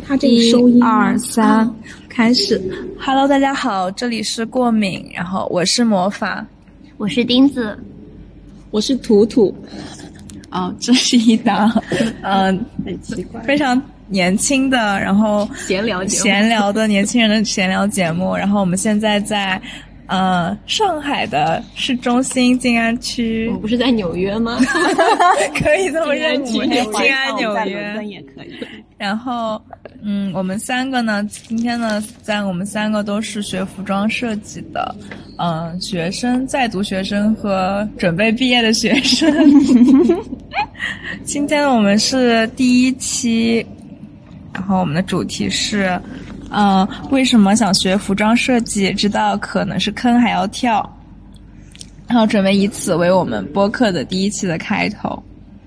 它这个收音。 1、2、3，开始。Hello， 大家好，这里是过敏，然后我是魔法， 我是钉子， 我是图图。 这是一档很奇怪， 非常年轻的，然后闲聊的年轻人的闲聊节目。然后我们现在在上海的市中心静安区。 我们不是在纽约吗？ 可以这么认为，静安纽约伦敦也可以。 然后我们三个呢，今天呢，我们三个都是学服装设计的学生，在读学生和准备毕业的学生。今天我们是第一期，然后我们的主题是为什么想学服装设计，知道可能是坑还要跳，然后准备以此为我们播客的第一期的开头。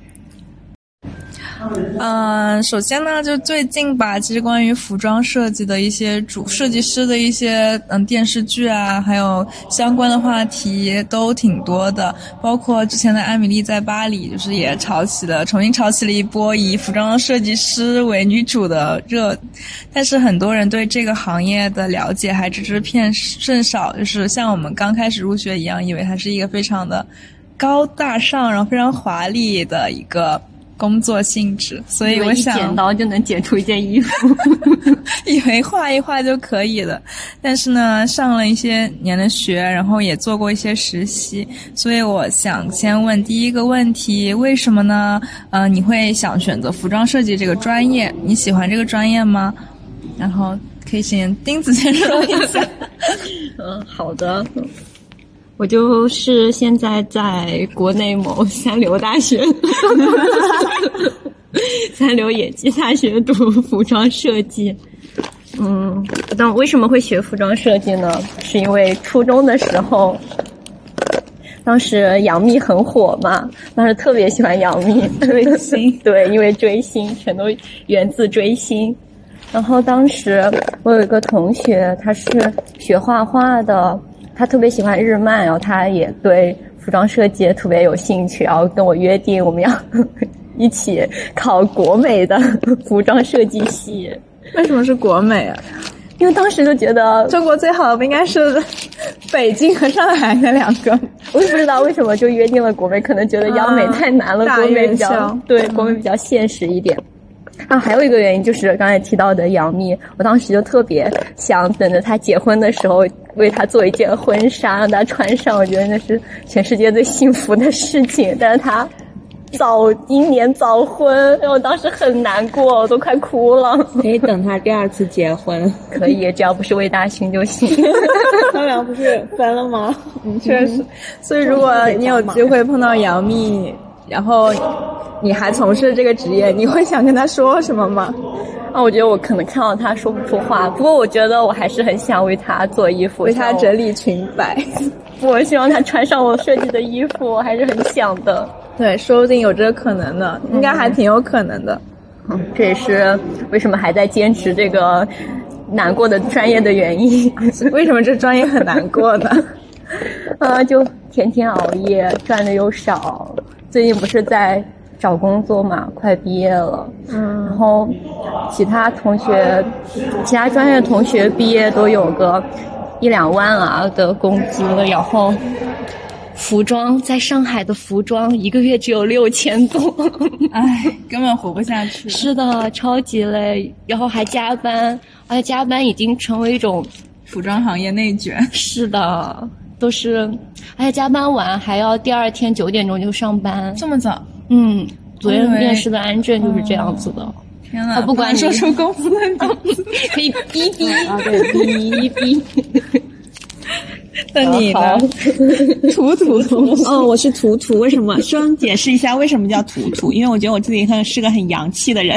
首先呢，就最近吧，其实关于服装设计的一些设计师的一些电视剧啊，还有相关的话题都挺多的，包括之前的艾米丽在巴黎，就是也重新炒起了一波以服装设计师为女主的热，但是很多人对这个行业的了解还只是甚少，就是像我们刚开始入学一样，以为它是一个非常的高大上，然后非常华丽的一个工作性质，所以我想一剪刀就能剪出一件衣服， 以为画一画就可以了。但是呢，上了一些年的学，然后也做过一些实习，所以我想先问第一个问题，为什么呢？你会想选择服装设计这个专业？你喜欢这个专业吗？然后可以先钉子先说一下。 好的。我就是现在在国内某三流大学三流野鸡大学读服装设计。但为什么会学服装设计呢？是因为初中的时候，当时杨幂很火嘛，当时特别喜欢杨幂，追星。对，因为追星，全都源自追星。然后当时我有一个同学，他是学画画的，他特别喜欢日漫，然后他也对服装设计特别有兴趣，然后跟我约定我们要一起考国美的服装设计系。 为什么是国美啊？ 因为当时就觉得中国最好的不应该是北京和上海那两个？ 我也不知道为什么就约定了国美，可能觉得央美太难了，国美比较国美比较现实一点。还有一个原因就是刚才提到的杨幂，我当时就特别想等着她结婚的时候为她做一件婚纱让她穿上，我觉得那是全世界最幸福的事情。但是她英年早婚，我当时很难过，我都快哭了。 可以等她第二次结婚， 可以，只要不是魏大勋就行。 他俩不是分了吗？ 确实。所以如果你有机会碰到杨幂，然后你还从事这个职业，你会想跟他说什么吗？ 我觉得我可能看到他说不出话，不过我觉得我还是很想为他做衣服， 为他整理裙摆。 我希望他穿上我设计的衣服，我还是很想的。 对，说不定有这个可能的，应该还挺有可能的。 这也是为什么还在坚持这个难过的专业的原因。 为什么这专业很难过呢？ 就天天熬夜，赚的又少。最近不是在找工作嘛，快毕业了。然后其他专业的同学毕业都有个1-2万啊的工资，然后服装在上海的服装一个月只有6000多， 根本活不下去。 是的，超级累，然后还加班，而且加班已经成为一种服装行业内卷。 是的。而且加班完还要第二天9点钟就上班， 这么早？ 昨天面试的安正就是这样子的。 天哪！ 不管你说出公司的名字， 可以逼对，逼。 那你呢？图图。 我是图图。为什么？先解释一下为什么叫图图，因为我觉得我自己是个很洋气的人。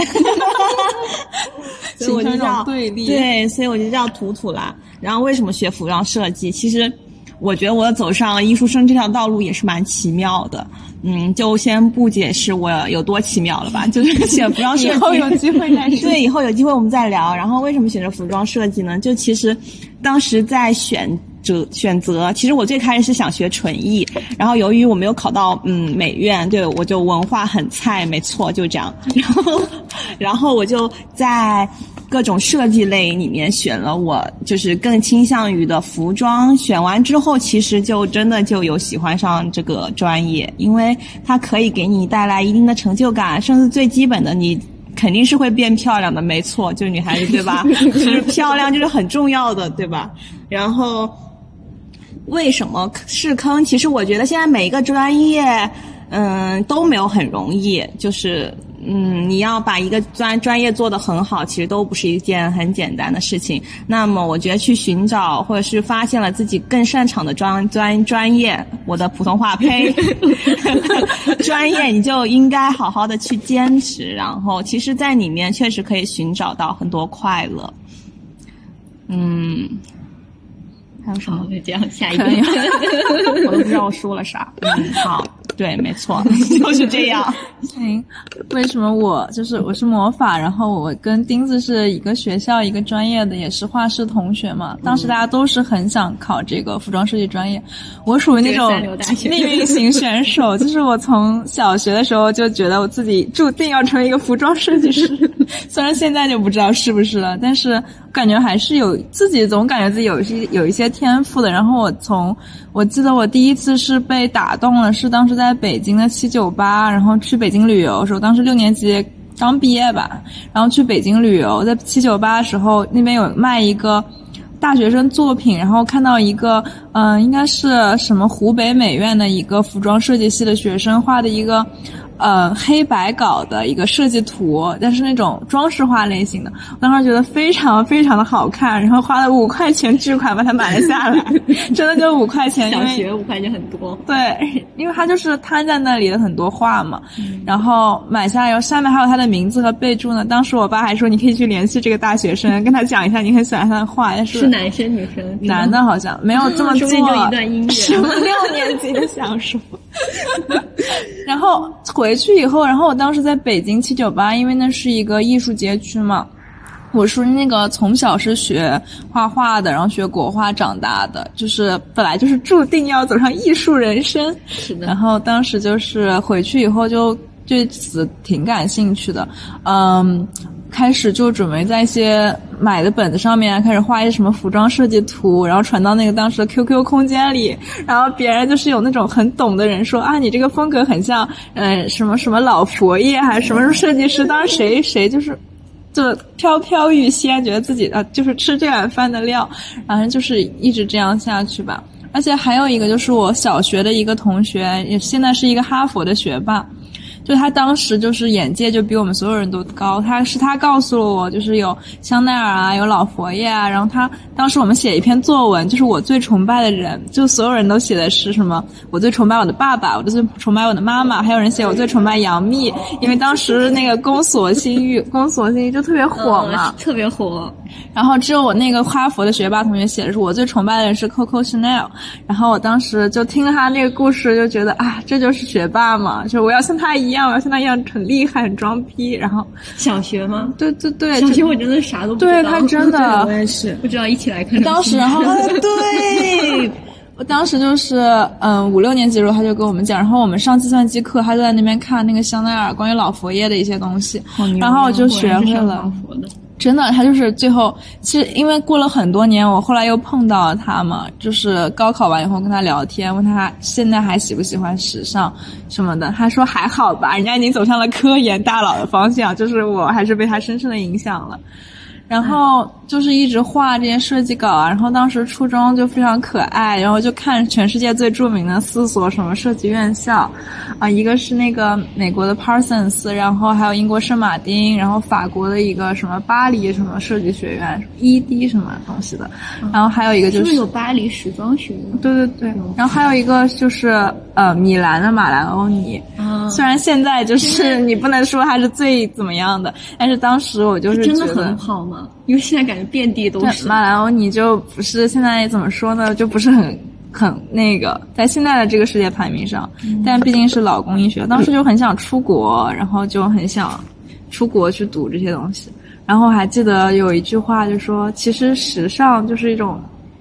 所以我就叫对立。 对，所以我就叫图图啦。然后为什么学服装设计？其实我觉得我走上艺术生这条道路也是蛮奇妙的。就先不解释我有多奇妙了吧，就是选服装设计。 以后有机会再说。 对，以后有机会我们再聊。然后为什么选择服装设计呢？就其实当时在选选择。其实我最开始是想学纯艺，然后由于我没有考到美院，对，我就文化很菜，没错，就这样。然后我就在各种设计类里面选了我就是更倾向于的服装，选完之后其实就真的就有喜欢上这个专业，因为它可以给你带来一定的成就感，甚至最基本的你肯定是会变漂亮的，没错，就是女孩子对吧？就是漂亮就是很重要的，对吧？然后为什么是坑？其实我觉得现在每一个专业都没有很容易，就是你要把一个专业做得很好，其实都不是一件很简单的事情。那么我觉得去寻找或者是发现了自己更擅长的专业，我的普通话呸专业，你就应该好好的去坚持，然后其实在里面确实可以寻找到很多快乐。还有什么？ 就这样，下一个我都不知道我说了啥。好，对，没错，就是这样。 行，为什么我是魔法，然后我跟钉子是一个学校一个专业的，也是画室同学嘛。当时大家都是很想考这个服装设计专业，我属于那种命运型选手，就是我从小学的时候就觉得我自己注定要成为一个服装设计师，虽然现在就不知道是不是了，但是感觉还是有自己总感觉自己有一些天赋的。然后我记得我第一次是被打动了，是当时在北京的798，然后去北京旅游的时候，当时6年级刚毕业吧，然后去北京旅游，在798的时候那边有卖一个大学生作品，然后看到一个应该是什么湖北美院的一个服装设计系的学生画的一个黑白稿的一个设计图，但是那种装饰画类型的，我当时觉得非常非常的好看，然后花了5块钱巨款把它买了下来真的就5块钱， 小学5块钱很多。 对，因为它就是摊在那里的很多画嘛，然后买下来以后下面还有他的名字和备注呢。当时我爸还说你可以去联系这个大学生，跟他讲一下你很喜欢他的画，但是男生女生？ 男的好像没有这么做， 中间就一段音乐， 什么6年级的想说然后回去以后，然后我当时在北京798，因为那是一个艺术街区嘛，我是那个从小是学画画的，然后学国画长大的，就是本来就是注定要走上艺术人生。 是的。 然后当时就是回去以后就对此挺感兴趣的，开始就准备在一些买的本子上面开始画一些什么服装设计图，然后传到那个当时的 QQ 空间里，然后别人就是有那种很懂的人说啊，你这个风格很像什么什么老佛爷还是什么设计师，当时谁就是就飘飘欲仙，觉得自己就是吃这碗饭的料，然后就是一直这样下去吧。而且还有一个就是我小学的一个同学，也现在是一个哈佛的学霸，就他当时就是眼界就比我们所有人都高，他告诉了我就是有香奈儿啊，有老佛爷啊，然后当时我们写一篇作文，就是我最崇拜的人，就所有人都写的是什么我最崇拜我的爸爸，我最崇拜我的妈妈，还有人写我最崇拜杨幂，因为当时那个宫锁心玉就特别火嘛， 特别火。 然后只有我那个哈佛的学霸同学写的是我最崇拜的人是 Coco Chanel， 然后我当时就听了他那个故事，就觉得啊，这就是学霸嘛，就是我要像他一样，我要像他一样很厉害很装逼。然后小学吗？ 对对对， 小学我真的啥都不知道。 对，他真的我也是不知道，一起来看当时然后对我当时就是5、6年级的时候他就跟我们讲，然后我们上计算机课他就在那边看那个香奈儿关于老佛爷的一些东西，然后我就学会了。真的，他就是最后，其实因为过了很多年，我后来又碰到了他嘛，就是高考完以后跟他聊天，问他现在还喜不喜欢时尚什么的，他说还好吧，人家已经走向了科研大佬的方向，就是我还是被他深深的影响了。然后就是一直画这些设计稿啊，然后当时初中就非常可爱，然后就看全世界最著名的4所什么设计院校啊，一个是那个美国的 Parsons， 然后还有英国圣马丁，然后法国的一个什么巴黎什么设计学院 ED 什么东西的，然后还有一个就是有巴黎时装学院， 对对对，然后还有一个就是米兰的马兰欧尼，虽然现在就是你不能说它是最怎么样的，但是当时我就是觉得真的很好嘛，因为现在感觉遍地都是。 马兰欧尼就不是现在怎么说呢，就不是很那个在现在的这个世界排名上，但毕竟是老工艺学，当时就很想出国，然后就很想出国去读这些东西。然后还记得有一句话就说，其实时尚就是一种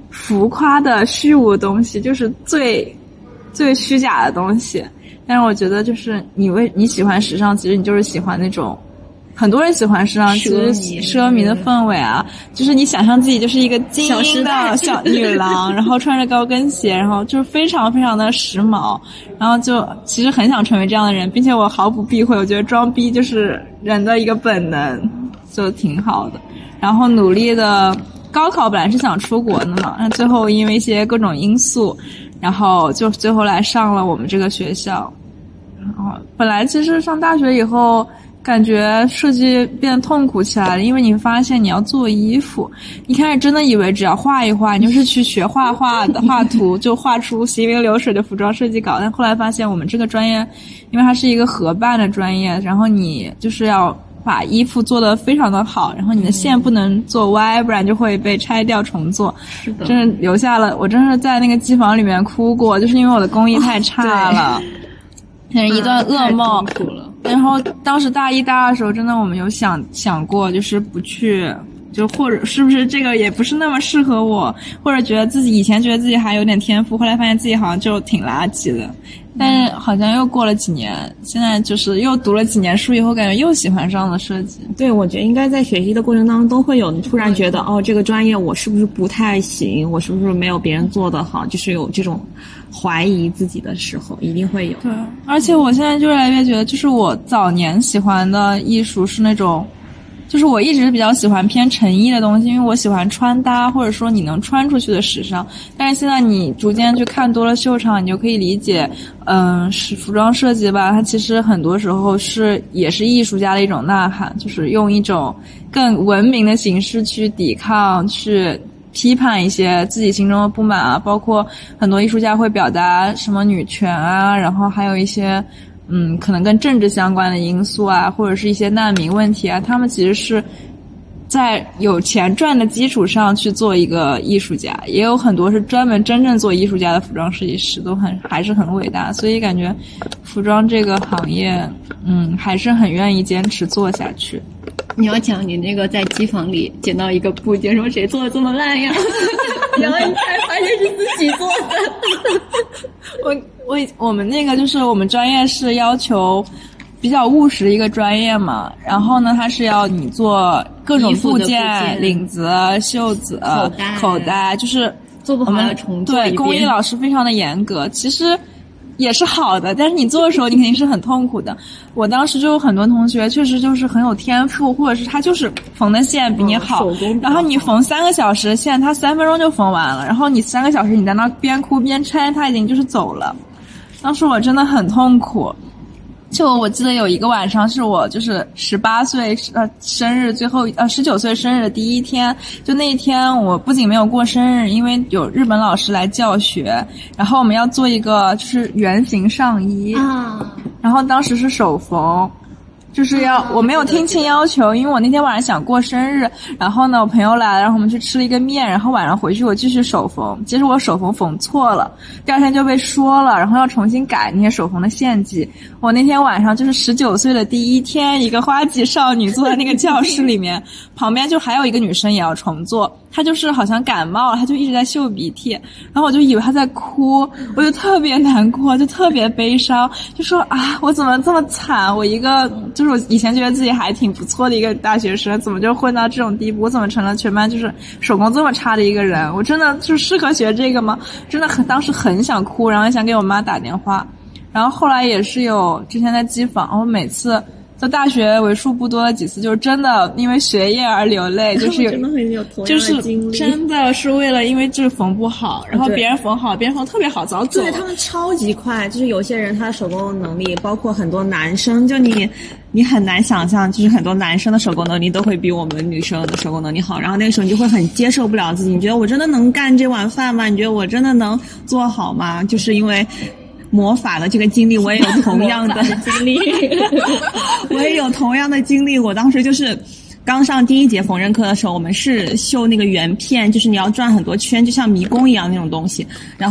浮夸的虚无的东西，就是最虚假的东西。但是我觉得就是你喜欢时尚，其实你就是喜欢那种很多人喜欢时尚，其实奢靡的氛围啊，就是你想象自己就是一个精英的小女郎，然后穿着高跟鞋，然后就是非常非常的时髦，然后就其实很想成为这样的人，并且我毫不避讳，我觉得装逼就是人的一个本能，就挺好的。然后努力的高考本来是想出国的嘛，但最后因为一些各种因素，然后就最后来上了我们这个学校。然后本来其实上大学以后感觉设计变得痛苦起来了，因为你发现你要做衣服，一开始真的以为只要画一画，你就是去学画画的画图就画出行云流水的服装设计稿，但后来发现我们这个专业因为它是一个合办的专业，然后你就是要把衣服做得非常的好，然后你的线不能做歪，不然就会被拆掉重做。 是的， 真是留下了，我真是在那个机房里面哭过，就是因为我的工艺太差了，那是一段噩梦。 太痛苦了。 然后当时大一大二的时候，真的我们有想过，就是不去，就或者是不是这个也不是那么适合我，或者觉得自己以前觉得自己还有点天赋，后来发现自己好像就挺垃圾的。但是好像又过了几年，现在就是又读了几年书以后，感觉又喜欢上了设计。 对，我觉得应该在学习的过程当中都会有突然觉得这个专业我是不是不太行，我是不是没有别人做得好，就是有这种怀疑自己的时候一定会有。 对，而且我现在就越来越觉得，就是我早年喜欢的艺术是那种，就是我一直比较喜欢偏成衣的东西，因为我喜欢穿搭，或者说你能穿出去的时尚。但是现在你逐渐去看多了秀场，你就可以理解，是服装设计吧，它其实很多时候也是艺术家的一种呐喊，就是用一种更文明的形式去抵抗，去批判一些自己心中的不满啊，包括很多艺术家会表达什么女权啊，然后还有一些可能跟政治相关的因素啊，或者是一些难民问题啊，他们其实是在有钱赚的基础上去做一个艺术家，也有很多是专门真正做艺术家的服装设计师，都还是很伟大，所以感觉服装这个行业还是很愿意坚持做下去。 你要讲你那个在机房里捡到一个部件，说谁做的这么烂呀？然后你才发现是自己做的。 我们那个就是我们专业是要求比较务实的一个专业嘛，然后呢，它是要你做各种部件，领子、袖子、口袋，就是做不好要重做一遍。 对，工艺老师非常的严格，其实也是好的，但是你做的时候你肯定是很痛苦的。我当时就有很多同学确实就是很有天赋，或者是他就是缝的线比你好，然后你缝3个小时的线，他3分钟就缝完了，然后你3个小时你在那边哭边拆，他已经就是走了。当时我真的很痛苦。就我记得有一个晚上是我就是18岁生日最后19岁生日的第一天，就那一天我不仅没有过生日，因为有日本老师来教学，然后我们要做一个就是圆形上衣然后当时是手缝，就是我没有听清要求，因为我那天晚上想过生日，然后呢我朋友来了，然后我们去吃了一个面，然后晚上回去我继续手缝，其实我手缝错了，第二天就被说了，然后要重新改那些手缝的线迹。我那天晚上就是19岁的第一天，一个花季少女坐在那个教室里面，旁边就还有一个女生也要重做，她就是好像感冒了，她就一直在擤鼻涕，然后我就以为她在哭，我就特别难过，就特别悲伤，就说我怎么这么惨，我一个就是我以前觉得自己还挺不错的一个大学生，怎么就混到这种地步，我怎么成了全班就是手工这么差的一个人，我真的就适合学这个吗？真的当时很想哭，然后想给我妈打电话。然后后来也是有之前在机房，我每次在大学为数不多的几次就是真的因为学业而流泪，就是真的很有同样的经历， 就是真的是为了因为就是缝不好，然后别人缝好，别人缝特别好，早走了。 对，他们超级快，就是有些人他的手工能力，包括很多男生，就你很难想象，就是很多男生的手工能力都会比我们女生的手工能力好，然后那个时候你就会很接受不了自己，你觉得我真的能干这碗饭吗？你觉得我真的能做好吗？就是因为魔法的这个经历，我也有同样的经历，我也有同样的经历。我当时就是刚上第1节缝纫课的时候，我们是绣那个圆片，就是你要转很多圈，就像迷宫一样那种东西。然后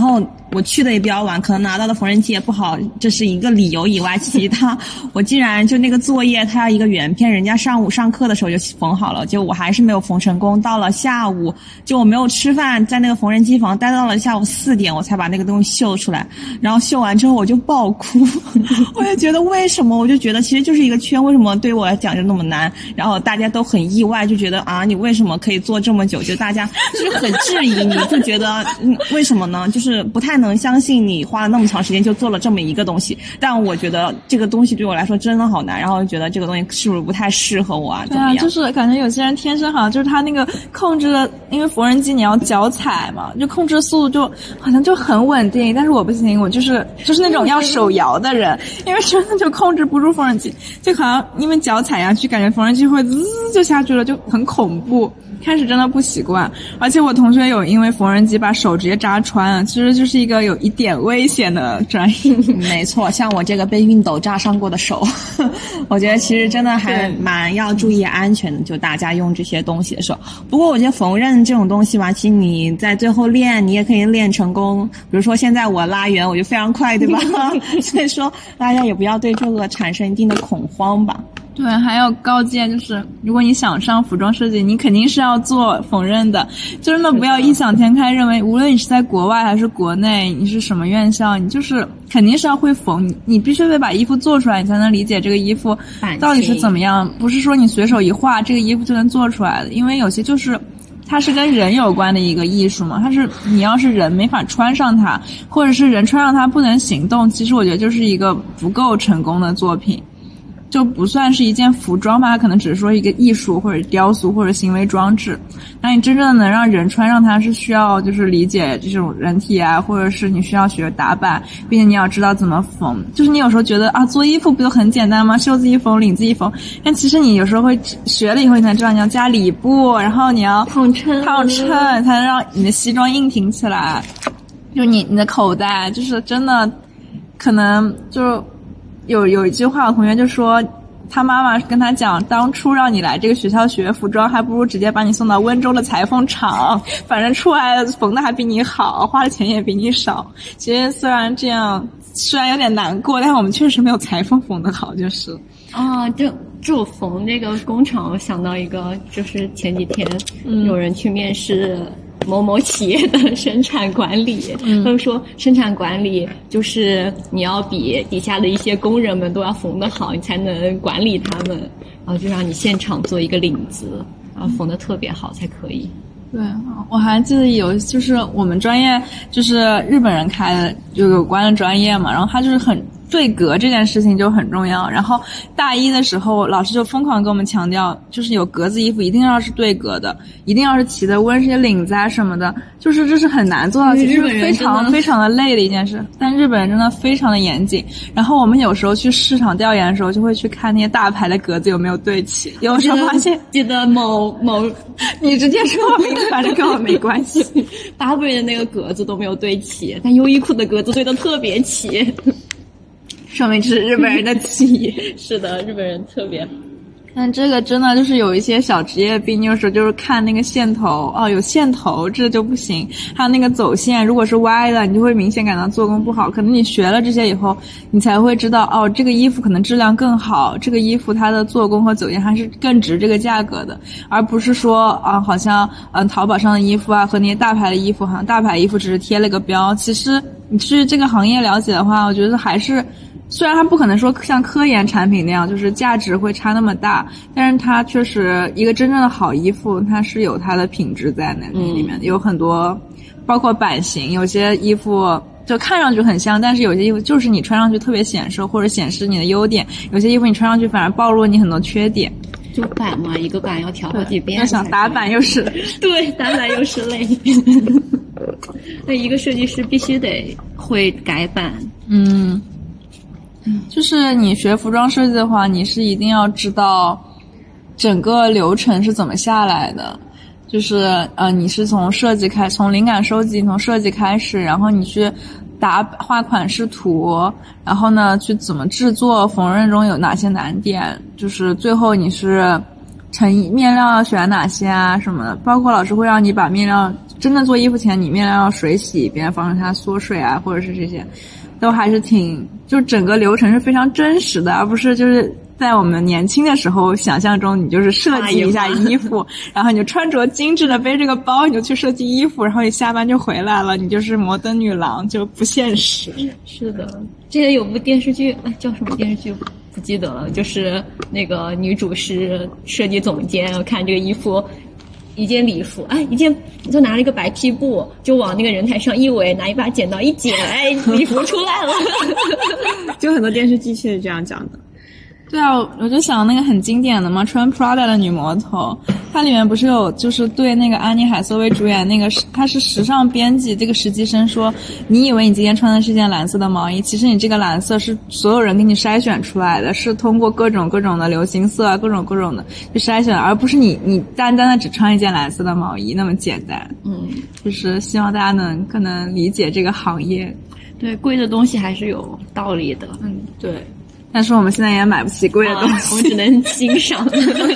我去的也比较晚，可能拿到的缝纫机也不好，这是一个理由以外，其他我竟然就那个作业它要一个圆片，人家上午上课的时候就缝好了，结果我还是没有缝成功，到了下午就我没有吃饭，在那个缝纫机房待到了下午4点，我才把那个东西绣出来，然后绣完之后我就爆哭我就觉得为什么，我就觉得其实就是一个圈，为什么对我来讲就那么难，然后大家都很意外，就觉得啊你为什么可以做这么久，就大家就是很质疑你，就觉得为什么呢，就是不太能相信你花了那么长时间就做了这么一个东西，但我觉得这个东西对我来说真的好难，然后就觉得这个东西是不是不太适合我啊， 对啊，就是感觉有些人天生好像就是他那个控制的，因为缝纫机你要脚踩嘛，就控制的速度就好像就很稳定，但是我不行，我就是那种要手摇的人，因为真的就控制不住缝纫机，就好像因为脚踩下去感觉缝纫机会滋就下去了，就很恐怖，开始真的不习惯。而且我同学有因为缝纫机把手直接扎穿了，其实就是一个有一点危险的专业没错，像我这个被熨斗扎伤过的手我觉得其实真的还蛮要注意安全的，就大家用这些东西的时候。不过我觉得缝纫这种东西吧，其实你在最后练你也可以练成功，比如说现在我拉圆我就非常快，对吧所以说大家也不要对这个产生一定的恐慌吧。 对，还有高见就是，如果你想上服装设计，你肯定是要做缝纫的，就真的不要异想天开，认为无论你是在国外还是国内，你是什么院校，你就是肯定是要会缝，你必须得把衣服做出来，你才能理解这个衣服到底是怎么样，不是说你随手一画这个衣服就能做出来的，因为有些就是它是跟人有关的一个艺术嘛，它是你要是人没法穿上它，或者是人穿上它不能行动，其实我觉得就是一个不够成功的作品，就不算是一件服装吧，它可能只是说一个艺术或者雕塑或者行为装置。那你真正的能让人穿上它，是需要就是理解这种人体啊，或者是你需要学打板，并且你要知道怎么缝。就是你有时候觉得啊，做衣服不就很简单吗？袖子一缝，领子一缝。但其实你有时候会学了以后，你才知道你要加里布，然后你要烫衬才能让你的西装硬挺起来。就你的口袋，就是真的可能就有一句话，我同学就说他妈妈跟他讲，当初让你来这个学校学服装，还不如直接把你送到温州的裁缝厂，反正出来缝的还比你好，花的钱也比你少。其实虽然这样，虽然有点难过，但是我们确实没有裁缝缝的好，就是就缝那个工厂，我想到一个，就是前几天有人去面试某某企业的生产管理，他们说生产管理就是你要比底下的一些工人们都要缝得好，你才能管理他们，然后就让你现场做一个领子，然后缝得特别好才可以。 对，我还记得就是我们专业就是日本人开的就有关的专业嘛，然后他就是很对格这件事情就很重要，然后大一的时候老师就疯狂跟我们强调，就是有格子衣服一定要是对格的，一定要是齐的，无论是些领子啊什么的，就是这是很难做到，其实非常非常的累的一件事，但日本人真的非常的严谨。然后我们有时候去市场调研的时候，就会去看那些大牌的格子有没有对齐，有时候发现记得某你直接说我名字反正跟我没关系 ，Burberry 的那个格子都没有对齐，但优衣库的格子对得特别齐， 说明这是日本人的企业是的，日本人特别。 但这个真的就是有一些小职业病，有时候就是看那个线头，有线头这就不行，还有那个走线如果是歪的，你就会明显感到做工不好。可能你学了这些以后，你才会知道这个衣服可能质量更好，这个衣服它的做工和走线还是更值这个价格的，而不是说好像淘宝上的衣服和那些大牌的衣服，好像大牌衣服只是贴了个标，其实你去这个行业了解的话，我觉得还是虽然它不可能说像科研产品那样就是价值会差那么大，但是它确实一个真正的好衣服它是有它的品质在那里面的，有很多包括版型，有些衣服就看上去很像，但是有些衣服就是你穿上去特别显瘦或者显示你的优点，有些衣服你穿上去反而暴露你很多缺点。 就版嘛，一个版要调好几遍， 要想打版又是对，打版又是累那一个设计师必须得会改版。 就是你学服装设计的话，你是一定要知道整个流程是怎么下来的，就是你是从设计从灵感收集，从设计开始，然后你去画款式图，然后呢去怎么制作，缝纫中有哪些难点，就是最后你是面料要选哪些啊什么的，包括老师会让你把面料真的做衣服前，你面料要水洗一遍，防止它缩水啊，或者是这些，都还是就整个流程是非常真实的，而不是就是在我们年轻的时候想象中，你就是设计一下衣服，然后你就穿着精致的背这个包，你就去设计衣服，然后你下班就回来了，你就是摩登女郎，就不现实。 是的，之前有部电视剧，叫什么电视剧不记得了，就是那个女主是设计总监，看这个衣服。一件礼服，就拿了一个白坯布，就往那个人台上一围，拿一把剪刀一剪，礼服出来了。 就很多电视剧是这样讲的。 对啊，我就想那个很经典的嘛，穿 Prada 的女魔头，它里面不是有就是对那个安妮海瑟薇主演那个，她是时尚编辑这个实习生说，你以为你今天穿的是件蓝色的毛衣，其实你这个蓝色是所有人给你筛选出来的，是通过各种的流行色啊，各种的去筛选，而不是你单单的只穿一件蓝色的毛衣那么简单。就是希望大家更能理解这个行业。 对，贵的东西还是有道理的。 对。但是我们现在也买不起贵的东西， 我们只能欣赏。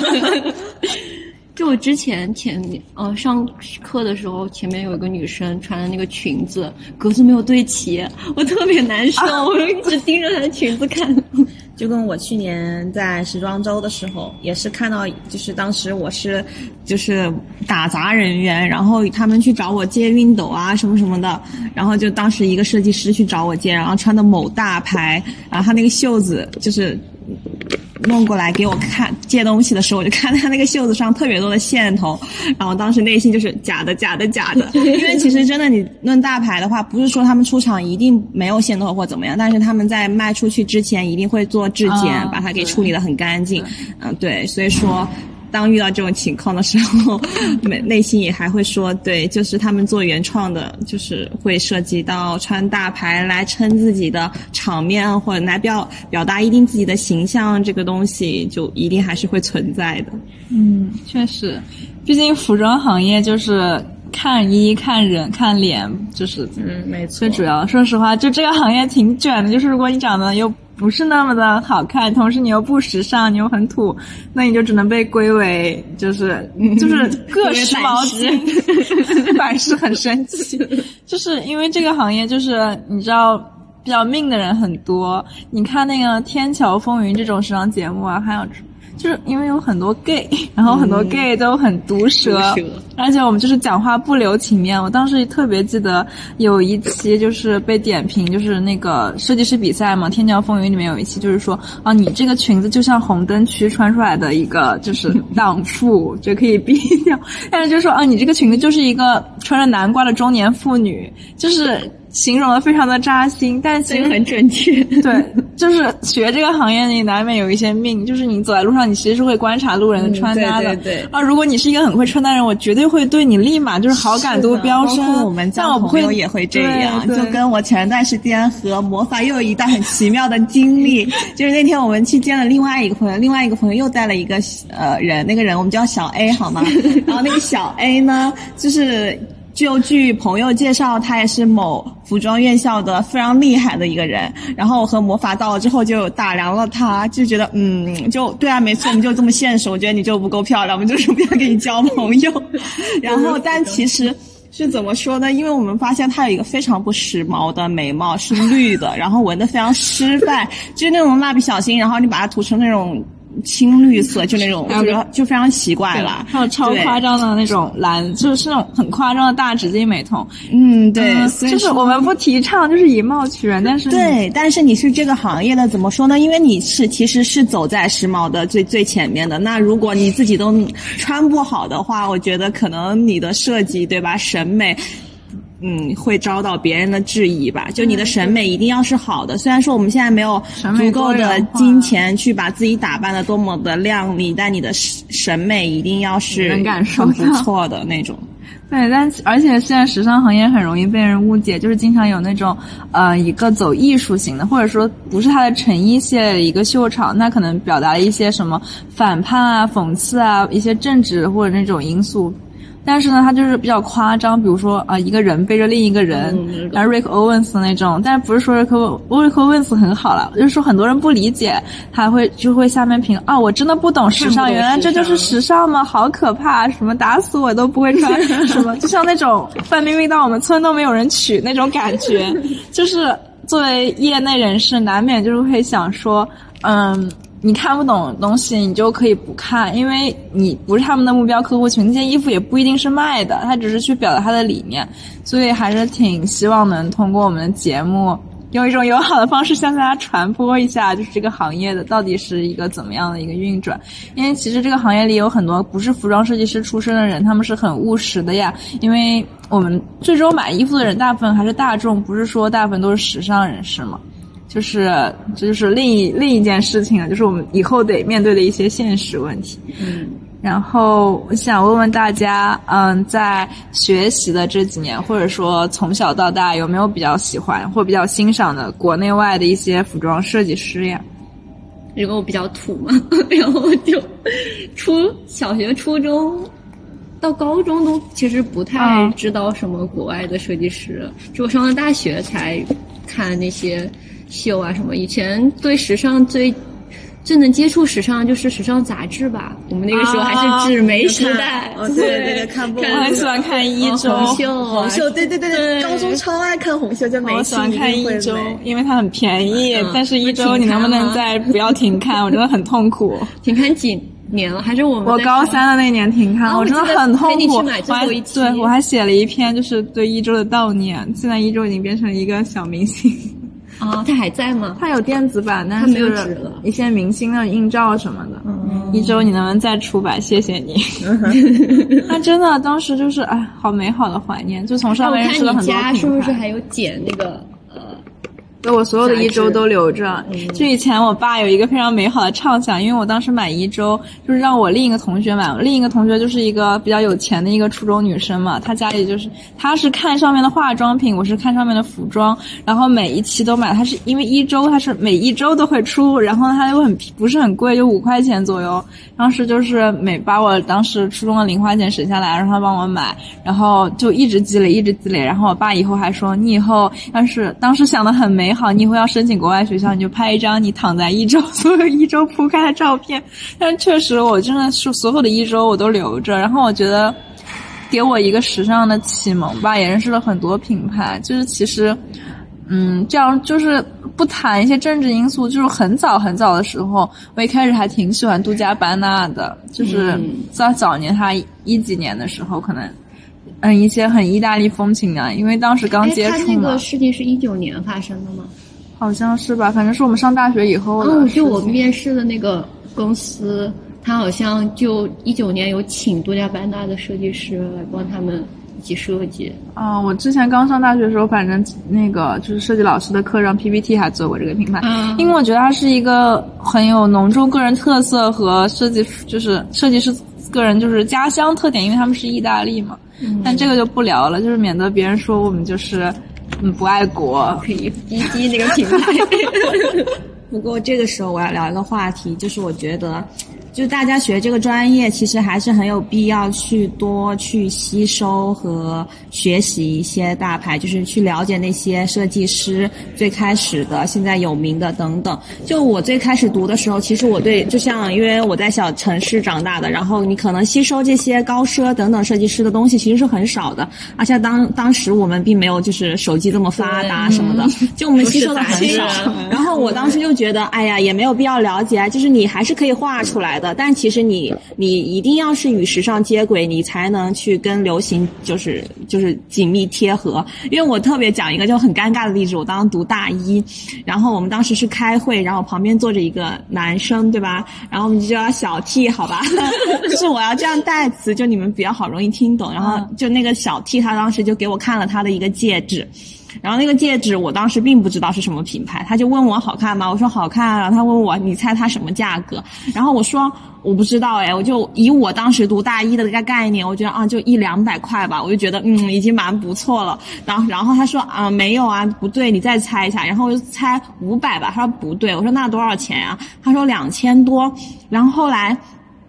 就我之前上课的时候，前面有一个女生穿的那个裙子格子没有对齐，我特别难受，我一直盯着她的裙子看。 就跟我去年在时装周的时候，也是看到，就是当时我是就是打杂人员，然后他们去找我借熨斗啊什么什么的，然后就当时一个设计师去找我借，然后穿的某大牌，然后他那个袖子就是弄过来给我看借东西的时候，我就看他那个袖子上特别多的线头，然后当时内心就是假的，因为其实真的你论大牌的话，不是说他们出厂一定没有线头或怎么样，但是他们在卖出去之前一定会做质检，把它给处理得很干净。对，所以说当遇到这种情况的时候，内心也还会说，对，就是他们做原创的，就是会涉及到穿大牌来撑自己的场面，或者来表达一定自己的形象，这个东西就一定还是会存在的。 确实，毕竟服装行业就是看衣、看人、看脸，就是没错。 最主要，说实话，就这个行业挺卷的，就是如果你长得又不是那么的好看，同时你又不时尚，你又很土，那你就只能被归为就是各时髦精。百事很生气，就是因为这个行业就是你知道比较命的人很多，你看那个《天桥风云》这种时尚节目啊，还有就是因为有很多 gay， 然后很多 gay 都很毒舌，而且我们就是讲话不留情面。我当时特别记得有一期就是被点评，就是那个设计师比赛嘛，《天桥风云》里面有一期就是说啊，你这个裙子就像红灯区穿出来的一个就是荡妇，就可以毙掉。但是就说啊，你这个裙子就是一个穿着南瓜的中年妇女，就是形容的非常的扎心，但其实很准确。 对，就是学这个行业你难免有一些命，就是你走在路上你其实是会观察路人的穿搭的。 对。 如果你是一个很会穿搭的人，我绝对会对你立马就是好感度飙升。 包括我们交朋友也会这样，就跟我前段时间和魔法又有一段很奇妙的经历，就是那天我们去见了另外一个朋友又带了一个人，那个人我们叫小 A 好吗？然后那个小 A 呢，就据朋友介绍，他也是某服装院校的非常厉害的一个人。然后我和魔法到了之后就打量了他，就觉得就对啊，没错，我们就这么现实。我觉得你就不够漂亮，我们就是不要跟你交朋友。然后但其实是怎么说呢？因为我们发现他有一个非常不时髦的眉毛，是绿的，然后纹得非常失败，就是那种蜡笔小新，然后你把它涂成那种青绿色，就那种就非常奇怪了。 还有超夸张的那种蓝，就是那种很夸张的大直径美瞳。 对， 就是我们不提倡就是以貌取人，但是你是这个行业的，怎么说呢？因为你其实是走在时髦的最前面的。那如果你自己都穿不好的话，我觉得可能你的设计，对吧？审美。会遭到别人的质疑吧，就你的审美一定要是好的。虽然说我们现在没有足够的金钱去把自己打扮得多么的靓丽，但你的审美一定要是能感受很不错的那种。 对，而且现在时尚行业很容易被人误解，就是经常有那种一个走艺术型的，或者说不是它的成衣系列的一个秀场，那可能表达了一些什么反叛啊、讽刺啊、一些政治或者那种因素。 但是呢，它就是比较夸张，比如说一个人背着另一个人，然后 Rick Owens 那种，但是不是说 Rick Owens 很好了，就是说很多人不理解，他就会下面评我真的不懂时尚，原来这就是时尚吗？好可怕，什么打死我都不会穿什么，就像那种范冰冰到我们村都没有人娶那种感觉，就是作为业内人士，难免就是会想说，你看不懂的东西你就可以不看，因为你不是他们的目标客户群，那件衣服也不一定是卖的，他只是去表达他的理念，所以还是挺希望能通过我们的节目用一种友好的方式向大家传播一下，就是这个行业的到底是一个怎么样的一个运转。因为其实这个行业里有很多不是服装设计师出身的人，他们是很务实的呀，因为我们最终买衣服的人大部分还是大众，不是说大部分都是时尚人士嘛。这就是另一件事情了，就是我们以后得面对的一些现实问题。然后我想问问大家，在学习的这几年，或者说从小到大，有没有比较喜欢或比较欣赏的国内外的一些服装设计师呀？ 因为我比较土嘛，然后就小学、初中到高中都其实不太知道什么国外的设计师，就我上了大学才看那些秀啊什么。以前对时尚最能接触时尚就是时尚杂志吧，我们那个时候还是纸媒时代。 对，看过。 我很喜欢看一周红袖，对，高中超爱看红袖，就每我喜欢看一周，因为它很便宜。但是一周你能不能再不要停刊？我真的很痛苦。 停刊几年了？还是我高三的那年停刊，我真的很痛苦。我还写了一篇就是对一周的悼念。现在一周已经变成一个小明星。 他还在吗？ 他有电子版，但是一些明星的映照什么的。一周你能不能再出版？谢谢你。他真的当时就是好美好的怀念，就从上面认识了很多品牌。 我看你家是不是还有剪那个对，我所有的一周都留着。就以前我爸有一个非常美好的畅想，因为我当时买一周就是让我另一个同学买，另一个同学就是一个比较有钱的一个初中女生嘛，她家里她是看上面的化妆品，我是看上面的服装，然后每一期都买。她是因为一周她是每一周都会出，然后她又不是很贵，就5块钱左右。当时就是把我当时初中的零花钱省下来，让她帮我买，然后就一直积累。然后我爸以后还说，你以后要是当时想得很美好，你以后要申请国外学校，你就拍一张你躺在一周所有一周铺开的照片。但是确实我真的是所有的一周我都留着，然后我觉得给我一个时尚的启蒙吧，也认识了很多品牌。就是其实这样就是不谈一些政治因素，就是很早的时候，我一开始还挺喜欢杜嘉班纳的，就是在早年他10几年的时候，可能一些很意大利风情的，因为当时刚接触嘛。 他那个事情是19年发生的吗？ 好像是吧，反正是我们上大学以后的。 就我面试的那个公司，他好像就19年有请杜嘉班纳的设计师来帮他们一起设计。 我之前刚上大学的时候，反正那个就是设计老师的课上 PPT 还做过这个品牌。因为我觉得它是一个很有浓重个人特色和设计师个人就是家乡特点，因为他们是意大利嘛。但这个就不聊了，就是免得别人说我们就是不爱国， 可以逼那个品牌。 不过这个时候我要聊一个话题，就是我觉得就大家学这个专业其实还是很有必要去多去吸收和学习一些大牌，就是去了解那些设计师最开始的现在有名的等等。就我最开始读的时候，其实我对就像因为我在小城市长大的，然后你可能吸收这些高奢等等设计师的东西其实是很少的，而且当时我们并没有就是手机这么发达什么的，就我们吸收的很少。然后我当时就觉得也没有必要了解就是你还是可以画出来的，但其实你一定要是与时尚接轨，你才能去跟流行就是紧密贴合。因为我特别讲一个就很尴尬的例子，我当时读大一，然后我们当时是开会，然后旁边坐着一个男生，对吧？然后我们就叫他小 T 好吧，就是我要这样代词，就你们比较好容易听懂。然后就那个小 T 他当时就给我看了他的一个戒指，然后那个戒指我当时并不知道是什么品牌，他就问我好看吗？我说好看啊。然后他问我你猜它什么价格？然后我说我不知道我就以我当时读大一的这个概念，我觉得就100-200块吧，我就觉得已经蛮不错了。然后他说没有啊，不对，你再猜一下。然后我就猜500吧，他说不对，我说那多少钱啊？他说2000多。然后后来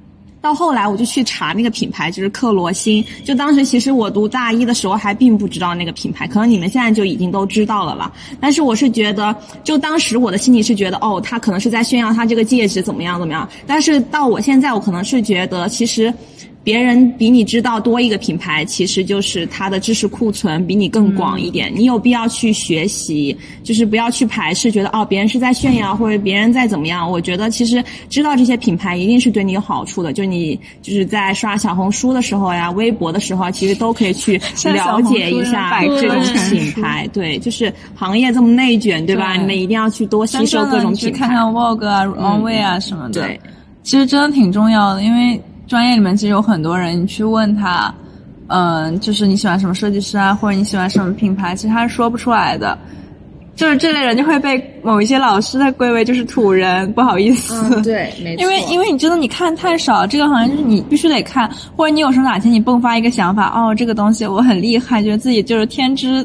到后来我就去查那个品牌，就是克罗心。就当时其实我读大一的时候还并不知道那个品牌，可能你们现在就已经都知道了啦。但是我是觉得，就当时我的心里是觉得，哦，他可能是在炫耀他这个戒指怎么样怎么样。但是到我现在，我可能是觉得，其实别人比你知道多一个品牌，其实就是他的知识库存比你更广一点。你有必要去学习，就是不要去排斥，觉得别人是在炫耀或者别人在怎么样。我觉得其实知道这些品牌一定是对你有好处的，就你就是在刷小红书的时候呀、微博的时候，其实都可以去了解一下这种品牌。对，就是行业这么内卷，对吧？你们一定要去多吸收各种品牌， 去看看 Vogue 啊、Runway 啊什么的。 对， 其实真的挺重要的，因为专业里面其实有很多人，你去问他，就是你喜欢什么设计师啊，或者你喜欢什么品牌，其实他是说不出来的。就是这类人就会被某一些老师在归为就是土人，不好意思。 对，没错。 因为你真的你看太少，这个行业就是你必须得看，或者你有时候哪天你迸发一个想法，这个东西我很厉害，觉得自己就是天资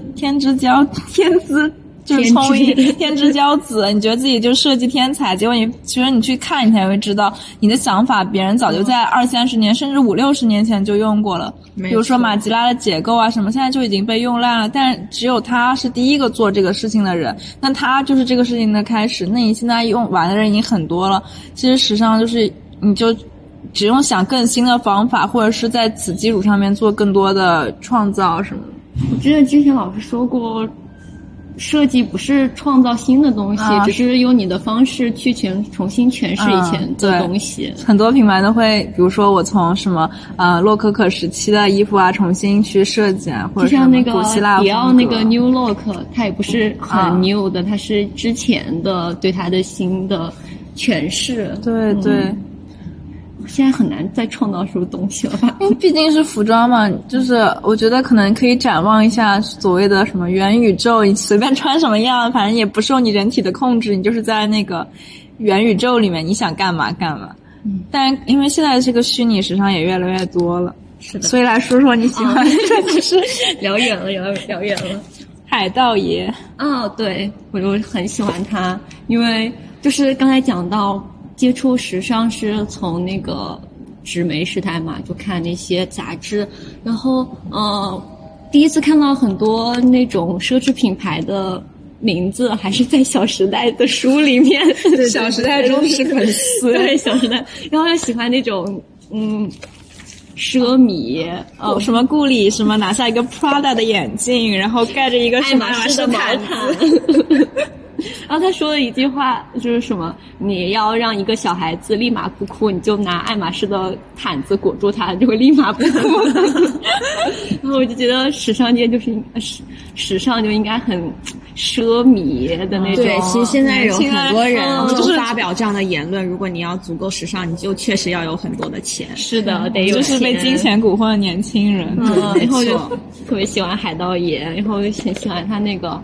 就是聪明天之骄子，你觉得自己就是设计天才，结果其实你去看你才会知道，你的想法别人早就在20-30年甚至50-60年前就用过了。比如说马吉拉的解构啊什么，现在就已经被用烂了，但只有他是第一个做这个事情的人，那他就是这个事情的开始。那你现在用完的人已经很多了，其实时尚就是你就只用想更新的方法，或者是在此基础上面做更多的创造什么的。 我记得之前老师说过，设计不是创造新的东西，只是用你的方式去重新诠释以前的东西。 很多品牌都会，比如说我从什么洛可可时期的衣服啊重新去设计啊，或者就像那个古希腊迪奥那个 New Look， 它也不是很 new 的，它是之前的对它的新的诠释。 对对。 现在很难再创造出东西了吧？ 因为毕竟是服装嘛，就是我觉得可能可以展望一下所谓的什么元宇宙，你随便穿什么样，反正也不受你人体的控制，你就是在那个元宇宙里面，你想干嘛干嘛。但因为现在这个虚拟时尚也越来越多了， 是的。 所以来说说你喜欢的设计师。 聊远了。 海盗爷。 对，我就很喜欢他，因为就是刚才讲到。接触时尚是从那个纸媒时代嘛，就看那些杂志，然后第一次看到很多那种奢侈品牌的名字还是在《小时代》的书里面， 《小时代》忠实粉丝， 对《小时代》，然后又喜欢那种奢靡什么顾里什么拿下一个 Prada 的眼镜，然后盖着一个什么爱马仕的毛毯。然后他说了一句话，就是什么你要让一个小孩子立马不哭，你就拿爱马仕的毯子裹住他，就会立马不哭。然后我就觉得时尚界就是时尚就应该很奢靡的那种。 对，其实现在有很多人就是发表这样的言论，如果你要足够时尚，你就确实要有很多的钱。 是的，得有钱。 就是被金钱蛊惑的年轻人。 然后就特别喜欢海盗爷，然后很喜欢他那个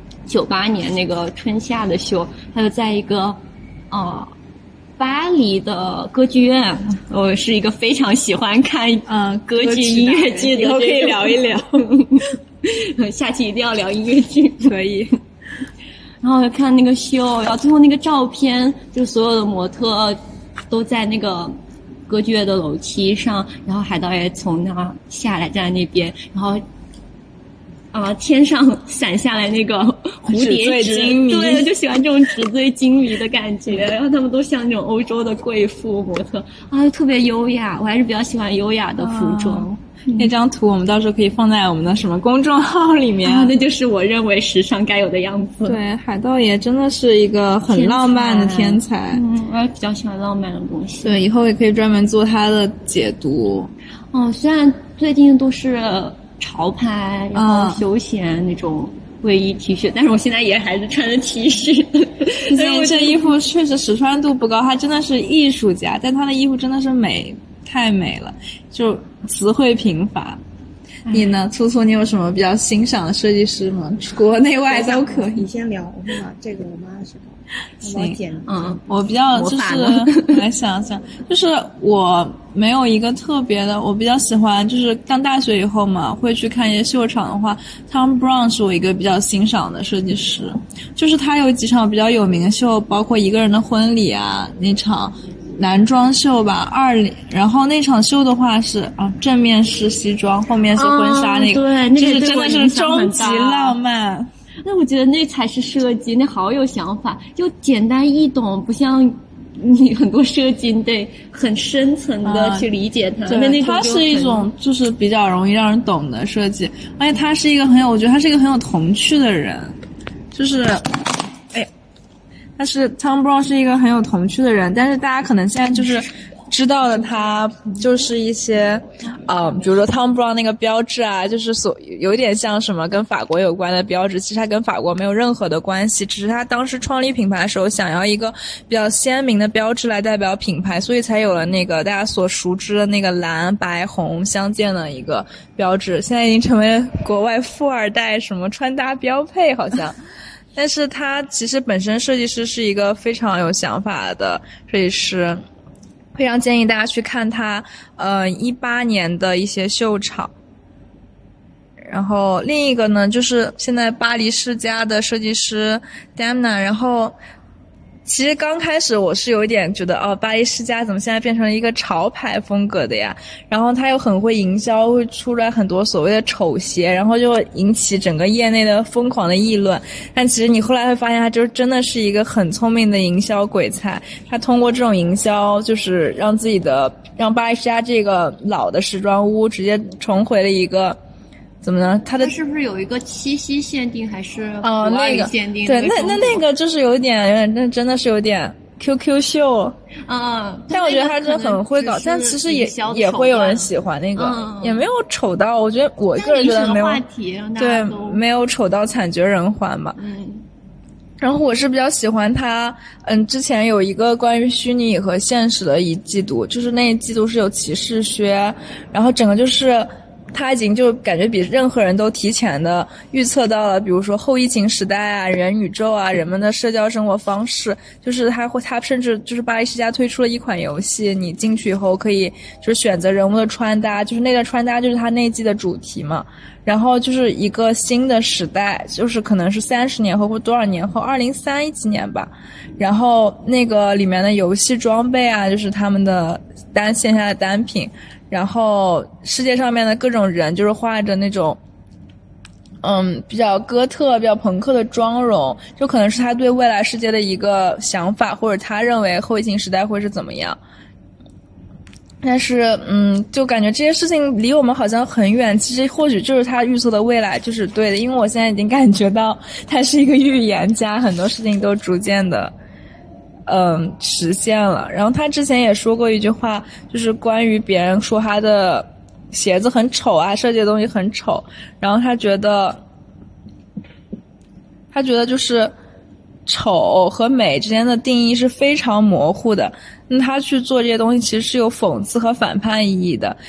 98年那个春夏的秀，他就在一个巴黎的歌剧院。我是一个非常喜欢看歌剧音乐剧的， 以后可以聊一聊。 下期一定要聊音乐剧， 可以。 然后看那个秀，然后最后那个照片，就所有的模特都在那个歌剧院的楼梯上，然后海盗爷从那下来站在那边，然后天上散下来那个蝴蝶纸，对，就喜欢这种纸醉金迷的感觉。然后他们都像那种欧洲的贵妇模特特别优雅。我还是比较喜欢优雅的服装。 那张图我们到时候可以放在我们的什么公众号里面。 那就是我认为时尚该有的样子。 对，海盗爷真的是一个很浪漫的天才。 我也比较喜欢浪漫的东西。 对，以后也可以专门做他的解读。 虽然最近都是潮牌，然后休闲那种卫衣 T 恤，但是我现在也还是穿着 T 恤。 所以这衣服确实实穿度不高，他真的是艺术家，但他的衣服真的是美，太美了，就词汇贫乏。你呢，粗粗，你有什么比较欣赏的设计师吗？国内外都可以。 你先聊，我把这个我妈是吧？ 行，我比较就是来想想，就是我没有一个特别的，我比较喜欢，就是上大学以后嘛，会去看一些秀场的话 ，Thom Browne 是我一个比较欣赏的设计师，就是他有几场比较有名的秀，包括一个人的婚礼啊那场。 男装秀吧，20，然后那场秀的话是正面是西装，后面是婚纱那个， 对，那个真的是终极浪漫。 那我觉得那才是设计，那好有想法，就简单易懂，不像你很多设计你得很深层的去理解它。 对，它是一种就是比较容易让人懂的设计，而且他是一个我觉得他是一个很有童趣的人，就是。Thom Browne 是一个很有童趣的人，但是大家可能现在就是知道的他就是一些比如说 Thom Browne 那个标志啊，就是有一点像什么跟法国有关的标志，其实它跟法国没有任何的关系，只是他当时创立品牌的时候想要一个比较鲜明的标志来代表品牌，所以才有了那个大家所熟知的那个蓝白红相间的一个标志，现在已经成为国外富二代什么穿搭标配好像。但是他其实本身设计师是一个非常有想法的设计师，非常建议大家去看他18年的一些秀场。然后另一个呢就是现在巴黎世家的设计师 Demna， 然后其实刚开始我是有一点觉得巴黎世家怎么现在变成了一个潮牌风格的呀，然后他又很会营销，会出来很多所谓的丑鞋，然后就引起整个业内的疯狂的议论。但其实你后来会发现他就真的是一个很聪明的营销鬼才，他通过这种营销就是让巴黎世家这个老的时装屋直接重回了一个怎么呢？它是不是有一个7夕限定还是那个限定？ 对，那个就是有点，那真的是有点 QQ 秀。但我觉得他真的很会搞，但其实也会有人喜欢那个，也没有丑到，我觉得我个人觉得没有，对，没有丑到惨绝人寰吧。然后我是比较喜欢他，之前有一个关于虚拟和现实的一季度，就是那一季度是有骑士靴，然后整个就是他已经就感觉比任何人都提前的预测到了，比如说后疫情时代啊、元宇宙啊、人们的社交生活方式，就是他甚至就是巴黎世家推出了一款游戏，你进去以后可以就是选择人物的穿搭，就是那个穿搭就是他那季的主题嘛。然后就是一个新的时代，就是可能是30年后或多少年后，2031几年吧。然后那个里面的游戏装备啊，就是他们的线下的单品。然后世界上面的各种人就是画着那种比较哥特比较朋克的妆容，就可能是他对未来世界的一个想法，或者他认为后疫情时代会是怎么样。但是就感觉这些事情离我们好像很远，其实或许就是他预测的未来就是对的，因为我现在已经感觉到他是一个预言家，很多事情都逐渐的实现了。然后他之前也说过一句话，就是关于别人说他的鞋子很丑啊，设计的东西很丑，然后他觉得就是丑和美之间的定义是非常模糊的，那他去做这些东西其实是有讽刺和反叛意义的。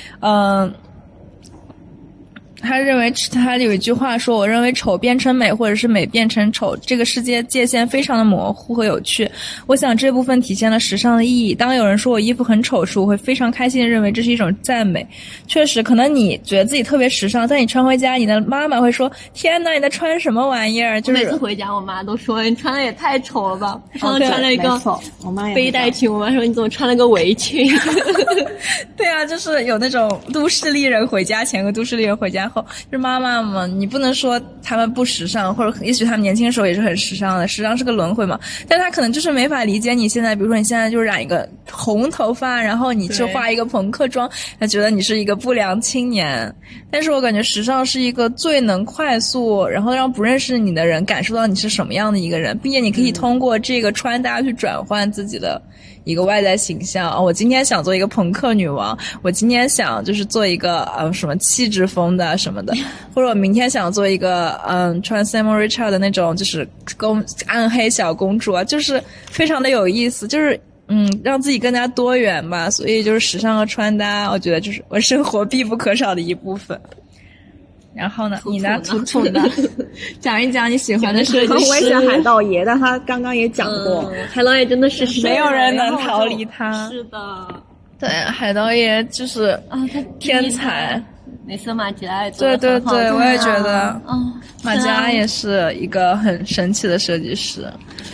他认为他有一句话说，我认为丑变成美或者是美变成丑，这个世界界限非常的模糊和有趣。我想这部分体现了时尚的意义。当有人说我衣服很丑时，我会非常开心的认为这是一种赞美。确实可能你觉得自己特别时尚，但你穿回家你的妈妈会说，天哪，你在穿什么玩意儿，就是每次回家我妈都说你穿的也太丑了吧。上次穿了一个背带裙，我妈说你怎么穿了个围裙。 对啊，就是有那种都市丽人回家前和都市丽人回家后，就是妈妈们，你不能说他们不时尚，或者也许他们年轻的时候也是很时尚的，时尚是个轮回嘛。但他可能就是没法理解你现在，比如说你现在就染一个红头发，然后你去画一个朋克妆，他觉得你是一个不良青年。但是我感觉时尚是一个最能快速然后让不认识你的人感受到你是什么样的一个人，并且你可以通过这个穿搭去转换自己的一个外在形象。我今天想做一个朋克女王，我今天想就是做一个什么气质风的什么的，或者我明天想做一个穿 Samuel Richard 的那种就是暗黑小公主啊，就是非常的有意思，就是让自己更加多元吧。所以就是时尚和穿搭，我觉得就是我生活必不可少的一部分。然后呢，你呢？土土的，讲一讲你喜欢的设计师。 我也喜欢海盗爷，但他刚刚也讲过， 海盗爷真的是没有人能逃离他。 是的， 对，海盗爷就是他天才。 美色马甲也做对对对，我也觉得， 马甲也是一个很神奇的设计师。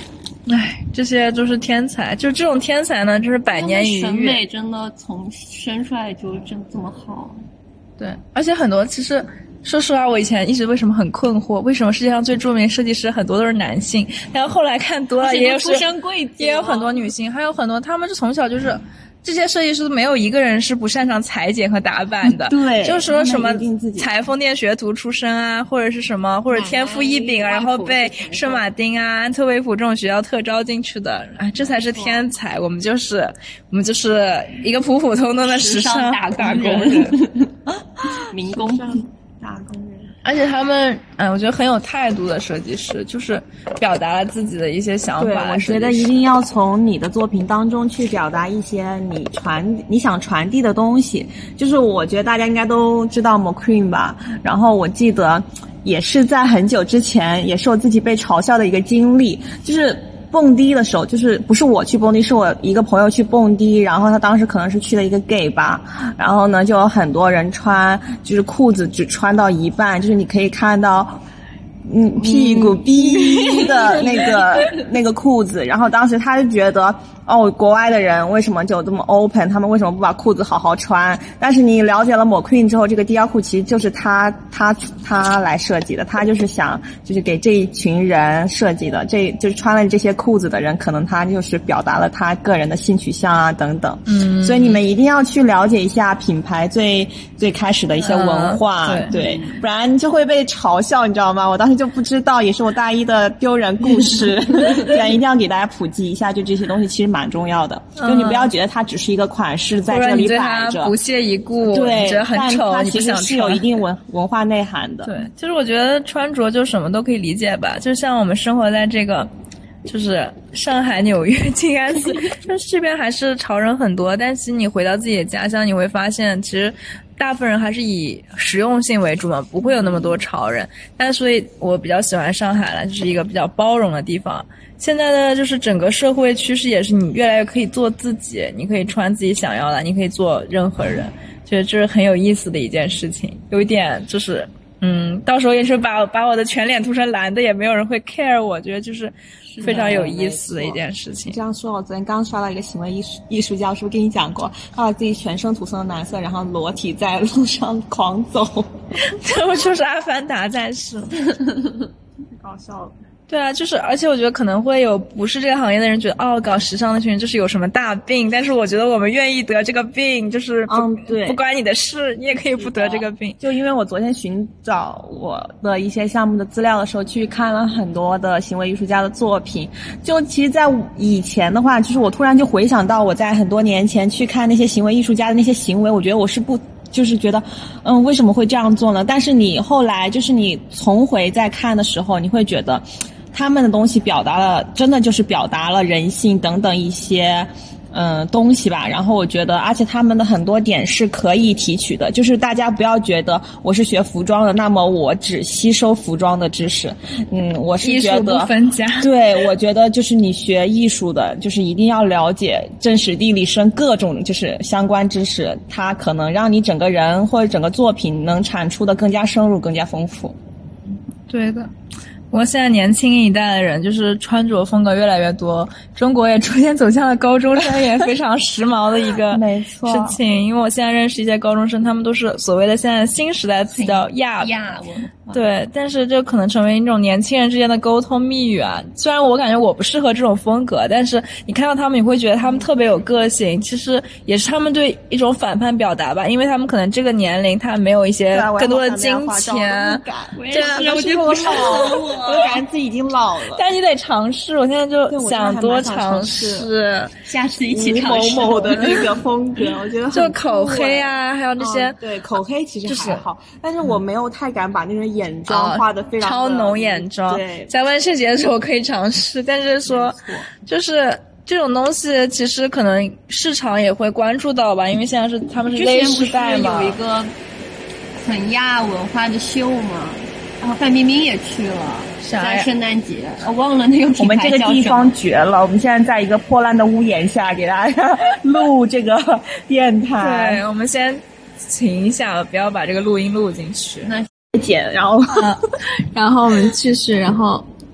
唉，这些就是天才，就这种天才呢，就是百年一遇。 审美真的从生出来就这么好。 对，而且很多其实说实话，我以前一直为什么很困惑，为什么世界上最著名设计师很多都是男性，然后后来看多了也有出身贵族， 也有很多女性，还有很多他们是从小就是这些设计师没有一个人是不擅长裁剪和打版的。 对， 就是说什么裁缝店学徒出身啊，或者是什么，或者天赋异禀啊，然后被圣马丁啊、安特卫普这种学校特招进去的，啊，这才是天才。我们就是一个普普通通的时尚打工人， 民工打工人。 而且他们，我觉得很有态度的设计师，就是表达了自己的一些想法。 对，我觉得一定要从你的作品当中去表达一些你想传递的东西。就是我觉得大家应该都知道 McQueen 吧，然后我记得也是在很久之前，也是我自己被嘲笑的一个经历，就是蹦迪的时候，就是不是我去蹦迪，是我一个朋友去蹦迪，然后他当时可能是去了一个 gay 吧，然后呢就有很多人穿就是裤子只穿到一半，就是你可以看到屁股逼的那个裤子，然后当时他就觉得国外的人为什么就这么 open， 他们为什么不把裤子好好穿？但是你了解了McQueen之后，这个低腰裤其实就是他来设计的，他就是想就是给这一群人设计的，这就是穿了这些裤子的人，可能他就是表达了他个人的性取向啊等等。所以你们一定要去了解一下品牌最开始的一些文化，对，不然就会被嘲笑，你知道吗？我当时就不知道，也是我大一的丢人故事，对，一定要给大家普及一下，就这些东西其实蛮重要的，就你不要觉得它只是一个款式在这里摆着， 不屑一顾， 对， 觉得很丑， 它其实是有一定文化内涵的。 对，就是我觉得穿着就什么都可以理解吧，就像我们生活在这个就是上海、纽约、静安寺，就是这边还是潮人很多，但其实你回到自己的家乡，你会发现其实大部分人还是以实用性为主嘛，不会有那么多潮人。但所以我比较喜欢上海了，就是一个比较包容的地方。现在的就是整个社会趋势也是你越来越可以做自己，你可以穿自己想要的，你可以做任何人，觉得这是很有意思的一件事情。有一点就是到时候也是把我的全脸涂成蓝的，也没有人会 care， 我觉得就是非常有意思的一件事情。 这样说，我昨天刚刷到一个行为艺术家，是不是跟你讲过，他把自己全身涂成蓝色，然后裸体在路上狂走， 这不就是阿凡达在世吗？ 搞笑了。 对啊，就是而且我觉得可能会有不是这个行业的人觉得搞时尚的群人就是有什么大病，但是我觉得我们愿意得这个病，就是对， 不关你的事，你也可以不得这个病。 就因为我昨天寻找我的一些项目的资料的时候，去看了很多的行为艺术家的作品，就其实在以前的话，就是我突然就回想到我在很多年前去看那些行为艺术家的那些行为，我觉得我是就是觉得为什么会这样做呢？但是你后来就是你重回再看的时候，你会觉得他们的东西真的就是表达了人性等等一些东西吧。然后我觉得而且他们的很多点是可以提取的，就是大家不要觉得我是学服装的，那么我只吸收服装的知识。我是觉得艺术不分家。 对，我觉得就是你学艺术的，就是一定要了解政史地理生各种就是相关知识，它可能让你整个人或者整个作品能产出的更加深入更加丰富。 对的。不过现在年轻一代的人就是穿着风格越来越多，中国也逐渐走向了高中生也非常时髦的一个事情。因为我现在认识一些高中生，他们都是所谓的现在新时代词叫亚文化，对，但是这可能成为一种年轻人之间的沟通密语啊。虽然我感觉我不适合这种风格，但是你看到他们，你会觉得他们特别有个性，其实也是他们对一种反叛表达吧，因为他们可能这个年龄他没有一些更多的金钱， 对啊，我觉得不适合我。我感觉自己已经老了， 但是你得尝试。我现在就想多尝试， 下次一起尝试某的那个风格，我觉得就口黑啊，还有那些对口黑其实还好，但是我没有太敢把那种眼妆画的非常超浓眼妆。 对， 在万圣节的时候可以尝试，但是说就是这种东西其实可能市场也会关注到吧，因为现在他们是 Z 时代嘛。 有一个很亚文化的秀嘛。然后范冰冰也去了，在圣诞节，我忘了那个品牌叫什么。 我们这个地方绝了，我们现在在一个破烂的屋檐下给大家录这个电台。 对，我们先停一下，不要把这个录音录进去。 那剪，然后然后我们继续，然后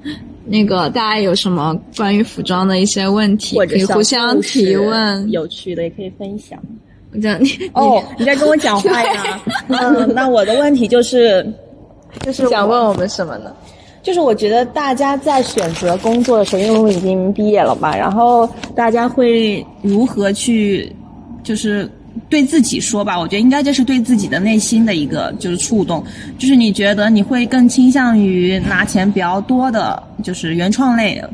那个大家有什么关于服装的一些问题， 或者可以互相提问， 有趣的也可以分享。 这样你在跟我讲话呀？那我的问题就是想问我们什么呢？ 就是我觉得大家在选择工作的时候，因为我已经毕业了嘛，然后大家会如何去，就是对自己说吧，我觉得应该就是对自己的内心的一个就是触动，就是你觉得你会更倾向于拿钱比较多的，就是原创类，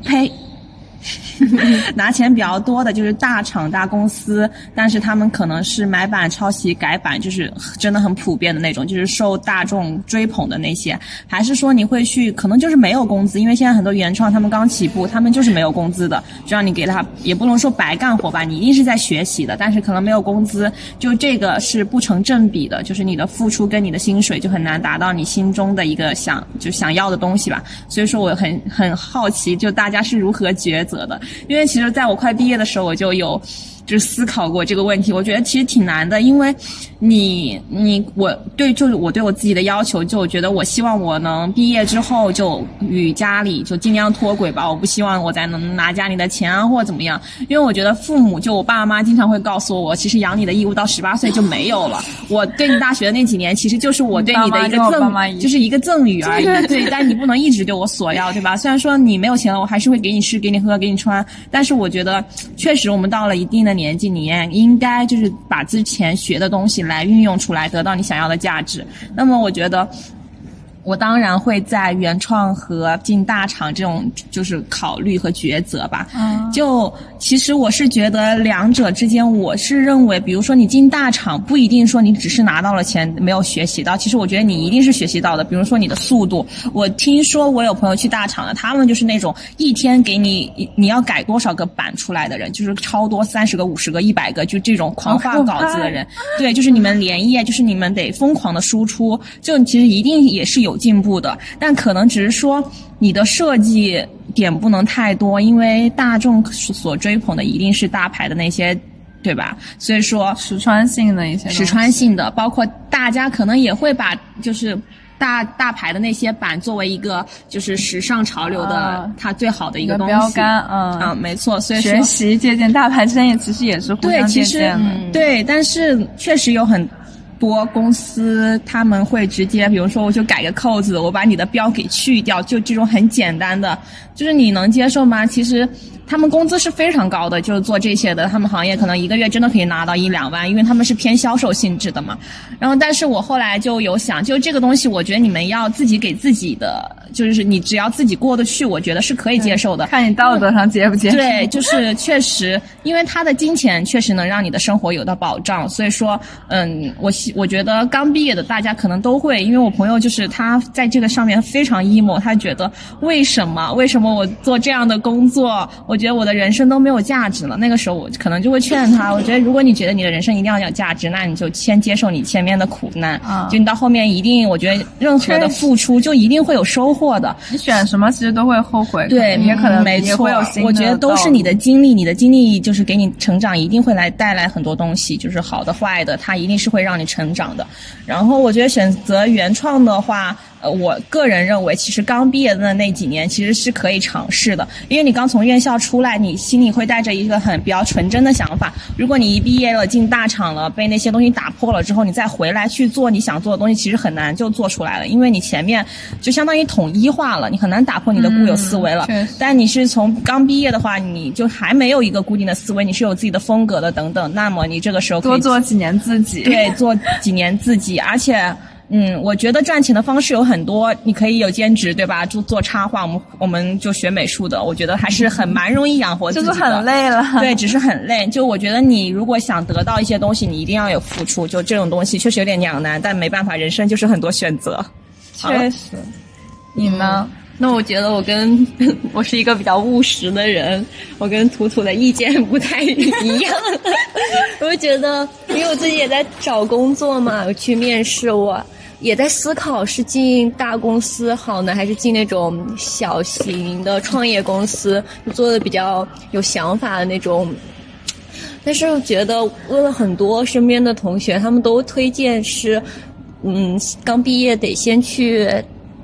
拿钱比较多的就是大厂大公司，但是他们可能是买版抄袭改版，就是真的很普遍的那种，就是受大众追捧的那些，还是说你会去可能就是没有工资，因为现在很多原创他们刚起步，他们就是没有工资的，就让你给他也不能说白干活吧，你一定是在学习的，但是可能没有工资，就这个是不成正比的，就是你的付出跟你的薪水就很难达到你心中的一个想要的东西吧。所以说我很好奇，就大家是如何抉择的。因为其实在我快毕业的时候，我就有就是思考过这个问题，我觉得其实挺难的，因为我对我自己的要求，就我觉得我希望我能毕业之后就与家里就尽量脱轨吧，我不希望我再能拿家里的钱啊或者怎么样，因为我觉得父母就我爸妈经常会告诉我，其实养你的义务到18岁就没有了。我对你大学的那几年，其实就是我对你的一个就是一个赠与而已，对，但你不能一直对我索要，对吧？虽然说你没有钱了，我还是会给你吃、给你喝、给你穿，但是我觉得确实我们到了一定的年纪，你也应该就是把之前学的东西来运用出来，得到你想要的价值。那么我觉得我当然会在原创和进大厂这种就是考虑和抉择吧。就其实我是觉得两者之间，我是认为比如说你进大厂不一定说你只是拿到了钱没有学习到，其实我觉得你一定是学习到的。比如说你的速度，我听说我有朋友去大厂的，他们就是那种一天给你要改多少个版出来的人，就是超多30个50个100个，就这种狂画稿子的人。对，就是你们连夜，就是你们得疯狂的输出，就其实一定也是有进步的，但可能只是说你的设计点不能太多，因为大众所追捧的一定是大牌的那些，对吧？所以说实穿性的一些实穿性的，包括大家可能也会把就是大牌的那些版作为一个就是时尚潮流的它最好的一个东西标杆。 没错。所以说学习借鉴大牌之间其实也是互相借鉴的。 对，但是确实有很多公司他们会直接比如说我就改个扣子，我把你的标给去掉，就这种很简单的，就是你能接受吗？其实他们工资是非常高的，就是做这些的，他们行业可能一个月真的可以拿到1-2万，因为他们是偏销售性质的嘛。然后但是我后来就有想，就这个东西我觉得你们要自己给自己的，就是你只要自己过得去，我觉得是可以接受的， 看你道德上接不接受。 对，就是确实因为他的金钱确实能让你的生活有到保障，所以说我觉得刚毕业的大家可能都会，因为我朋友就是他在这个上面非常 emo， 他觉得为什么我做这样的工作，我觉得我的人生都没有价值了。那个时候我可能就会劝他，我觉得如果你觉得你的人生一定要有价值，那你就先接受你前面的苦难，就你到后面一定，我觉得任何的付出就一定会有收获的。 你选什么其实都会后悔， 对， 也可能没错， 也会有新的， 我觉得都是你的经历就是给你成长，一定会带来很多东西，就是好的坏的，它一定是会让你成长的。然后我觉得选择原创的话，我个人认为其实刚毕业的那几年其实是可以尝试的，因为你刚从院校出来，你心里会带着一个比较纯真的想法，如果你一毕业了进大厂了，被那些东西打破了之后，你再回来去做你想做的东西，其实很难就做出来了，因为你前面就相当于统一化了，你很难打破你的固有思维了。但你是从刚毕业的话，你就还没有一个固定的思维，你是有自己的风格的等等，那么你这个时候可以多做几年自己。 对，做几年自己，而且我觉得赚钱的方式有很多，你可以有兼职，对吧？就做插画，我们就学美术的，我觉得还是蛮容易养活自己的。 就是很累了。 对，只是很累。就我觉得你如果想得到一些东西，你一定要有付出。就这种东西确实有点两难，但没办法，人生就是很多选择。 确实。你呢？ 那我觉得我是一个比较务实的人，我跟图图的意见不太一样。我就觉得，因为我自己也在找工作嘛，我去面试，我也在思考是进大公司好呢，还是进那种小型的创业公司，做的比较有想法的那种。但是我觉得问了很多身边的同学，他们都推荐是，刚毕业得先去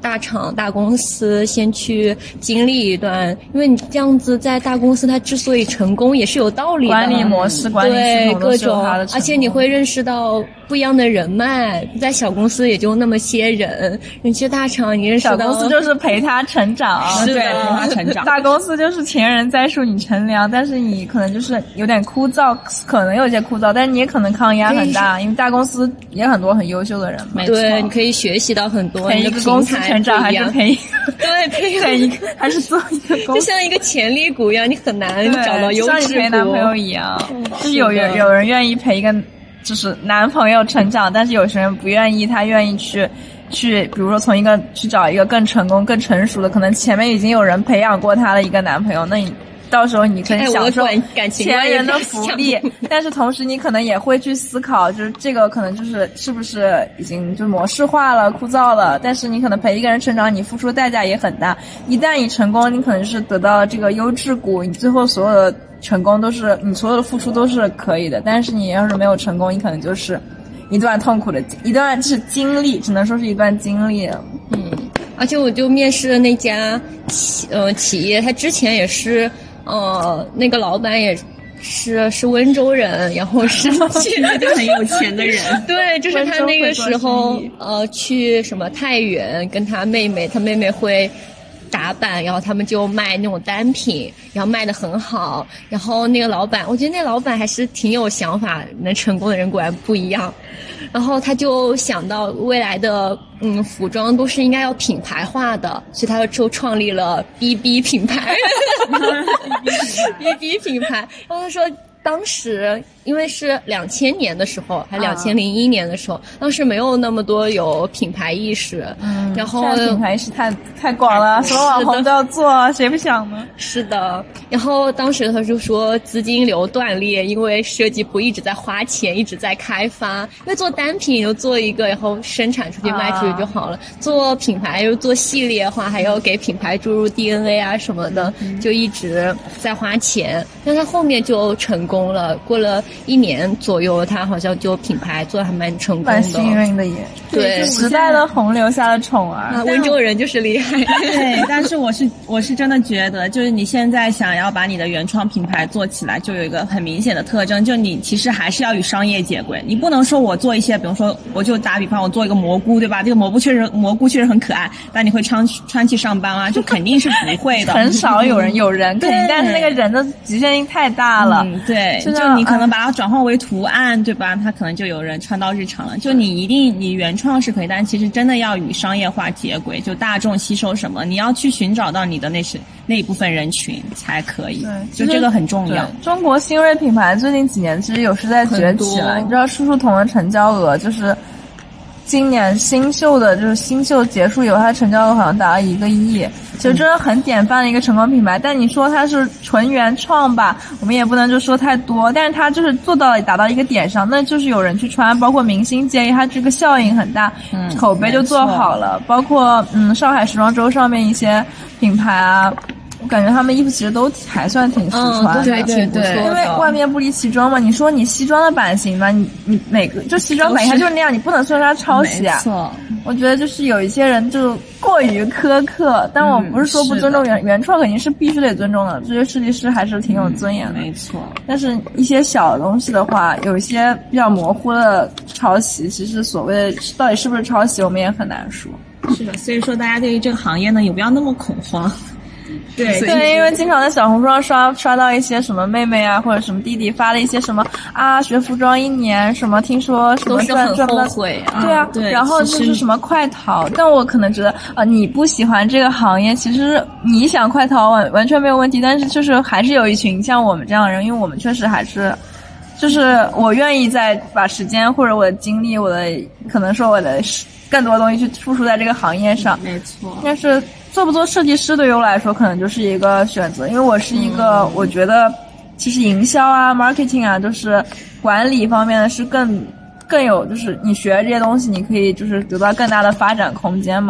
大厂、大公司先去经历一段，因为你这样子在大公司，它之所以成功也是有道理的， 管理模式、管理系统都是有它的成功， 而且你会认识到不一样的人脉。在小公司也就那么些人，你去大厂你认识到小公司就是陪他成长， 是的，陪他成长。 大公司就是前人栽树你乘凉，但是你可能就是有点枯燥，可能有些枯燥，但是你也可能抗压很大，因为大公司也很多很优秀的人嘛。 对，你可以学习到很多。 陪一个公司成长还是陪对陪一个还是做一个公司， 就像一个潜力股一样，你很难找到优质股。 像你陪男朋友一样，就是有人愿意陪一个就是男朋友成长，但是有些人不愿意，他愿意去，比如说从一个去找一个更成功、更成熟的，可能前面已经有人培养过他的一个男朋友，那你到时候你可以享受前人的福利，但是同时你可能也会去思考，就是这个可能是不是已经就模式化了、枯燥了，但是你可能陪一个人成长，你付出的代价也很大。一旦你成功，你可能是得到了这个优质股，你最后所有的成功都是你所有的付出都是可以的，但是你要是没有成功，你可能就是一段痛苦的一段是经历，只能说是一段经历。 而且我就面试的那家企业，他之前也是那个老板也是温州人，然后是现在就很有钱的人。 对，就是他那个时候去什么太原跟他妹妹会打板，然后他们就卖那种单品，然后卖得很好。然后那个老板，我觉得那老板还是挺有想法，能成功的人果然不一样。然后他就想到未来的服装都是应该要品牌化的，所以他就创立了 BB 品牌BB 品牌。然后他说当时因为是2000年的时候，还2001年的时候，当时没有那么多有品牌意识，然后现在品牌意识太广了，什么网红都要做，谁不想呢？ 是的，然后当时他就说资金流断裂，因为设计部一直在花钱，一直在开发，因为做单品就做一个，然后生产出去卖出去就好了，做品牌又做系列化，还要给品牌注入 DNA 啊什么的，就一直在花钱，但他后面就成功了，过了1年左右，他好像就品牌做得还蛮成功的， 蛮幸运的也。 对， 时代的洪流下的宠儿， 温州人就是厉害。 对，但是我是真的觉得，就是你现在想要把你的原创品牌做起来，就有一个很明显的特征，就你其实还是要与商业接轨。你不能说我做一些，比如说我就打比方，我做一个蘑菇，对吧？这个蘑菇确实很可爱，但你会穿去上班啊？就肯定是不会的。 很少有人肯定，但是那个人的局限性太大了。 对，就你可能把它转换为图案，对吧？它可能就有人穿到日常了。就你原创是可以，但其实真的要与商业化接轨，就大众吸收什么，你要去寻找到你的那一部分人群才可以。就这个很重要。 中国新锐品牌最近几年其实有是在崛起了，你知道叔叔桶的成交额就是今年新秀结束以后，它成交额好像达了1个亿，其实真的很典范的一个成功品牌。但你说它是纯原创吧，我们也不能就说太多，但是它就是做到了达到一个点上，那就是有人去穿，包括明星介意，它这个效应很大，口碑就做好了。包括上海时装周上面一些品牌啊，我感觉他们衣服其实都还算挺实穿的， 对，挺不错的。 因为外面不离其中嘛。你说你西装的版型嘛，你每个就西装版型它就是那样，你不能说它抄袭啊。 没错， 我觉得就是有一些人就过于苛刻，但我不是说不尊重原创，肯定是必须得尊重的。这些设计师还是挺有尊严的， 没错。 但是一些小的东西的话，有一些比较模糊的抄袭，其实所谓的到底是不是抄袭，我们也很难说。 是的，所以说大家对于这个行业呢，也不要那么恐慌。 对，因为经常在小红书上刷到一些什么妹妹啊，或者什么弟弟发了一些什么啊，学服装1年什么，听说什么赚后悔啊。 对啊， 对， 然后就是什么快逃，但我可能觉得你不喜欢这个行业，其实你想快逃完全没有问题，但是就是还是有一群像我们这样的人，因为我们确实还是。就是我愿意再把时间或者我的精力，可能说我的更多东西去付出在这个行业上。 没错。 但是做不做设计师对于我来说可能就是一个选择，因为我是一个我觉得其实营销啊 marketing 啊就是管理方面的是更有，就是你学这些东西你可以就是得到更大的发展空间嘛。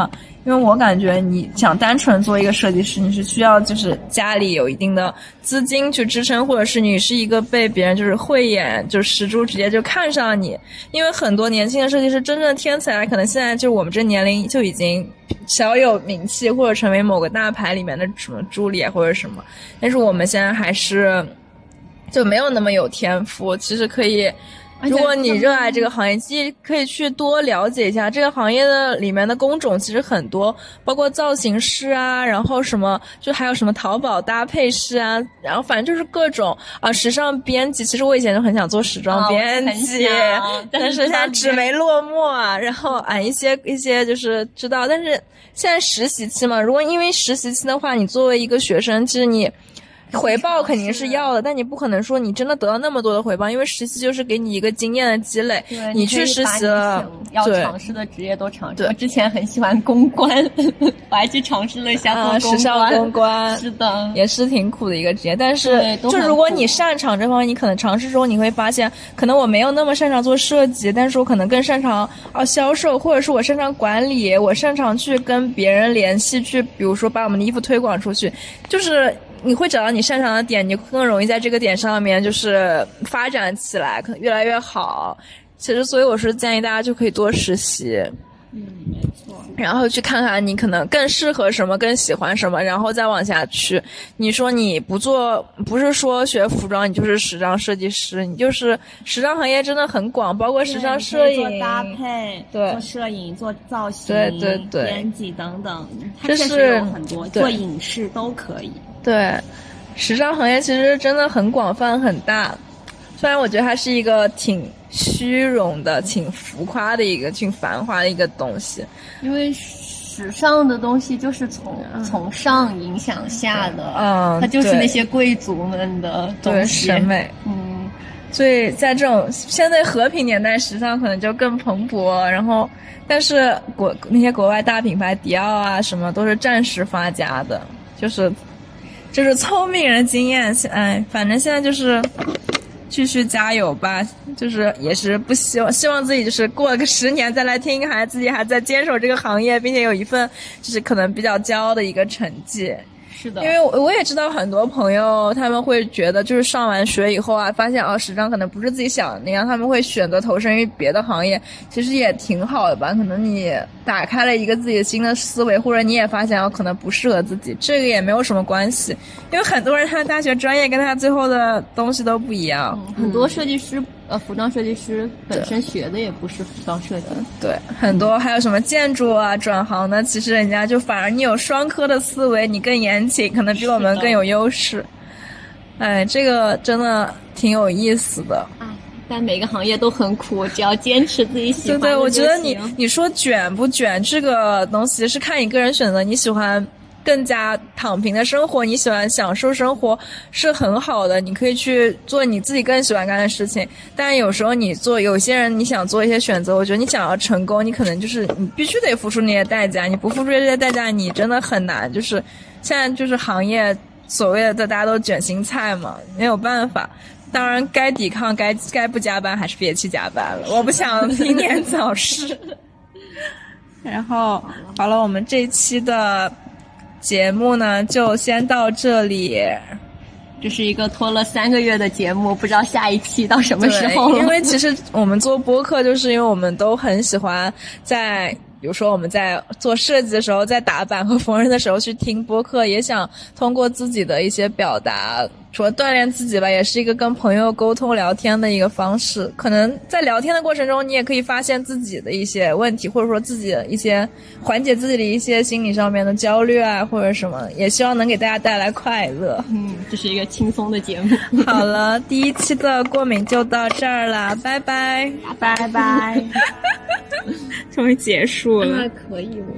因为我感觉你想单纯做一个设计师，你是需要就是家里有一定的资金去支撑，或者是你是一个被别人就是慧眼就识珠直接就看上你。因为很多年轻的设计师真正的天才可能现在就我们这年龄就已经小有名气，或者成为某个大牌里面的什么助理或者什么，但是我们现在还是就没有那么有天赋。其实可以，如果你热爱这个行业，其实可以去多了解一下这个行业的里面的工种，其实很多，包括造型师啊，然后什么就还有什么淘宝搭配师啊，然后反正就是各种啊，时尚编辑。其实我以前就很想做时装编辑，但是现在纸没落幕啊。然后一些就是知道，但是现在实习期嘛，如果因为实习期的话，你作为一个学生，其实你回报肯定是要的，但你不可能说你真的得到那么多的回报，因为实习就是给你一个经验的积累。你去实习了， 要尝试的职业都尝试。我之前很喜欢公关，我还去尝试了一下做公关。 时尚公关是的， 也是挺苦的一个职业。但是就如果你擅长这方面，你可能尝试之后你会发现，可能我没有那么擅长做设计，但是我可能更擅长销售，或者是我擅长管理，我擅长去跟别人联系，去比如说把我们的衣服推广出去，就是你会找到你擅长的点，你更容易在这个点上面就是发展起来，可能越来越好。其实所以我是建议大家就可以多实习， 没错， 然后去看看你可能更适合什么，更喜欢什么，然后再往下去。你说你不是说学服装你就是时装设计师，你就是时装行业真的很广，包括时尚摄影、 做搭配、 对， 做摄影、做造型、 对编辑等等，它这确实有很多，做影视都可以。 对，时尚行业其实真的很广泛很大，虽然我觉得它是一个挺虚荣的、挺浮夸的一个、挺繁华的一个东西， 因为时尚的东西就是从上影响下的，它就是那些贵族们的东西， 审美，所以在这种现在和平年代，时尚可能就更蓬勃，然后但是那些国外大品牌迪奥啊什么都是暂时发家的，就是聪明人的经验。反正现在就是继续加油吧，就是也是不希望自己就是过了个10年再来听，自己还在坚守这个行业，并且有一份就是可能比较骄傲的一个成绩。 是的， 因为我也知道很多朋友他们会觉得就是上完学以后啊，发现时装可能不是自己想的那样，他们会选择投身于别的行业，其实也挺好的吧。可能你打开了一个自己新的思维，或者你也发现可能不适合自己，这个也没有什么关系。因为很多人他大学专业跟他最后的东西都不一样， 很多设计师服装设计师本身学的也不是服装设计， 对，很多还有什么建筑啊转行的，其实人家就反而你有双科的思维，你更严谨，可能比我们更有优势。这个真的挺有意思的。 但每个行业都很苦，只要坚持自己喜欢的就行。 对，我觉得你说卷不卷这个东西是看你个人选择，你喜欢更加躺平的生活，你喜欢享受生活是很好的，你可以去做你自己更喜欢干的事情。但有时候有些人你想做一些选择，我觉得你想要成功，你可能就是你必须得付出那些代价，你不付出这些代价你真的很难。就是现在就是行业所谓的大家都卷心菜嘛，没有办法。当然该抵抗该不加班还是别去加班了，我不想英年早逝。然后好了，我们这期的节目呢就先到这里。 这是一个拖了3个月的节目，不知道下一期到什么时候了。 因为其实我们做播客就是因为我们都很喜欢比如说我们在做设计的时候，在打板和缝纫的时候去听播客，也想通过自己的一些表达，除了锻炼自己吧，也是一个跟朋友沟通聊天的一个方式。可能在聊天的过程中，你也可以发现自己的一些问题，或者说自己的一些缓解自己的一些心理上面的焦虑啊，或者什么，也希望能给大家带来快乐。 这是一个轻松的节目。 好了，第1期的过敏就到这儿啦，拜拜， 拜拜。终于结束了， 可以吗？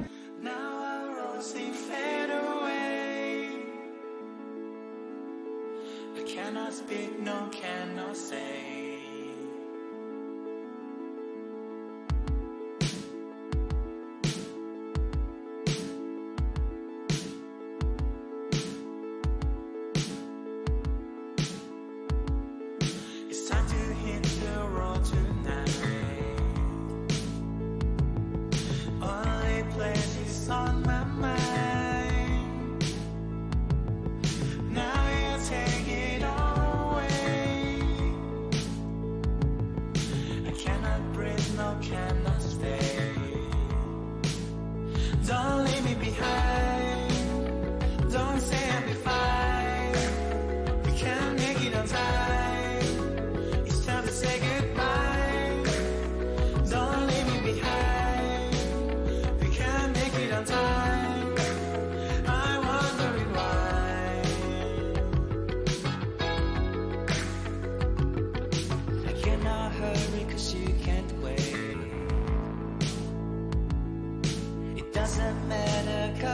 On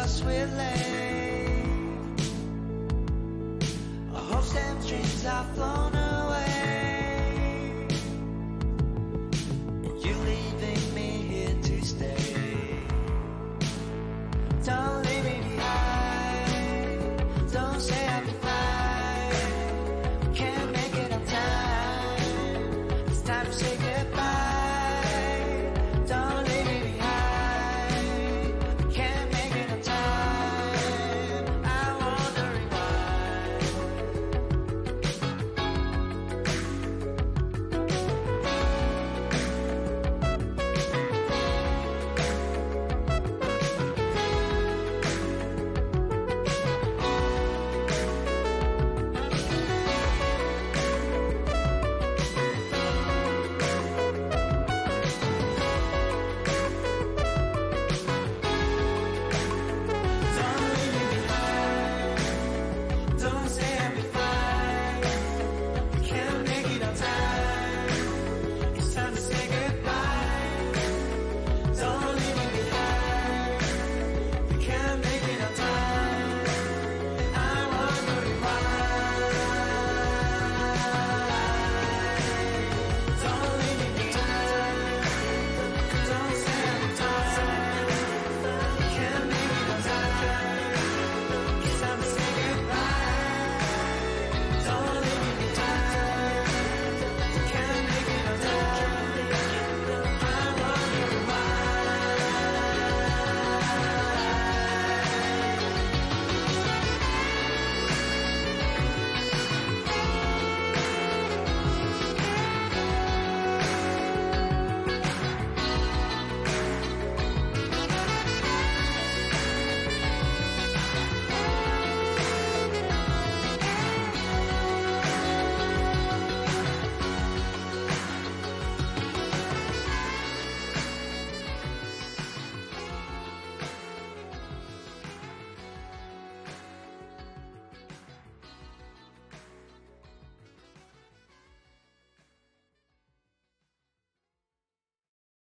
us with late. Our hopes and dreams are flown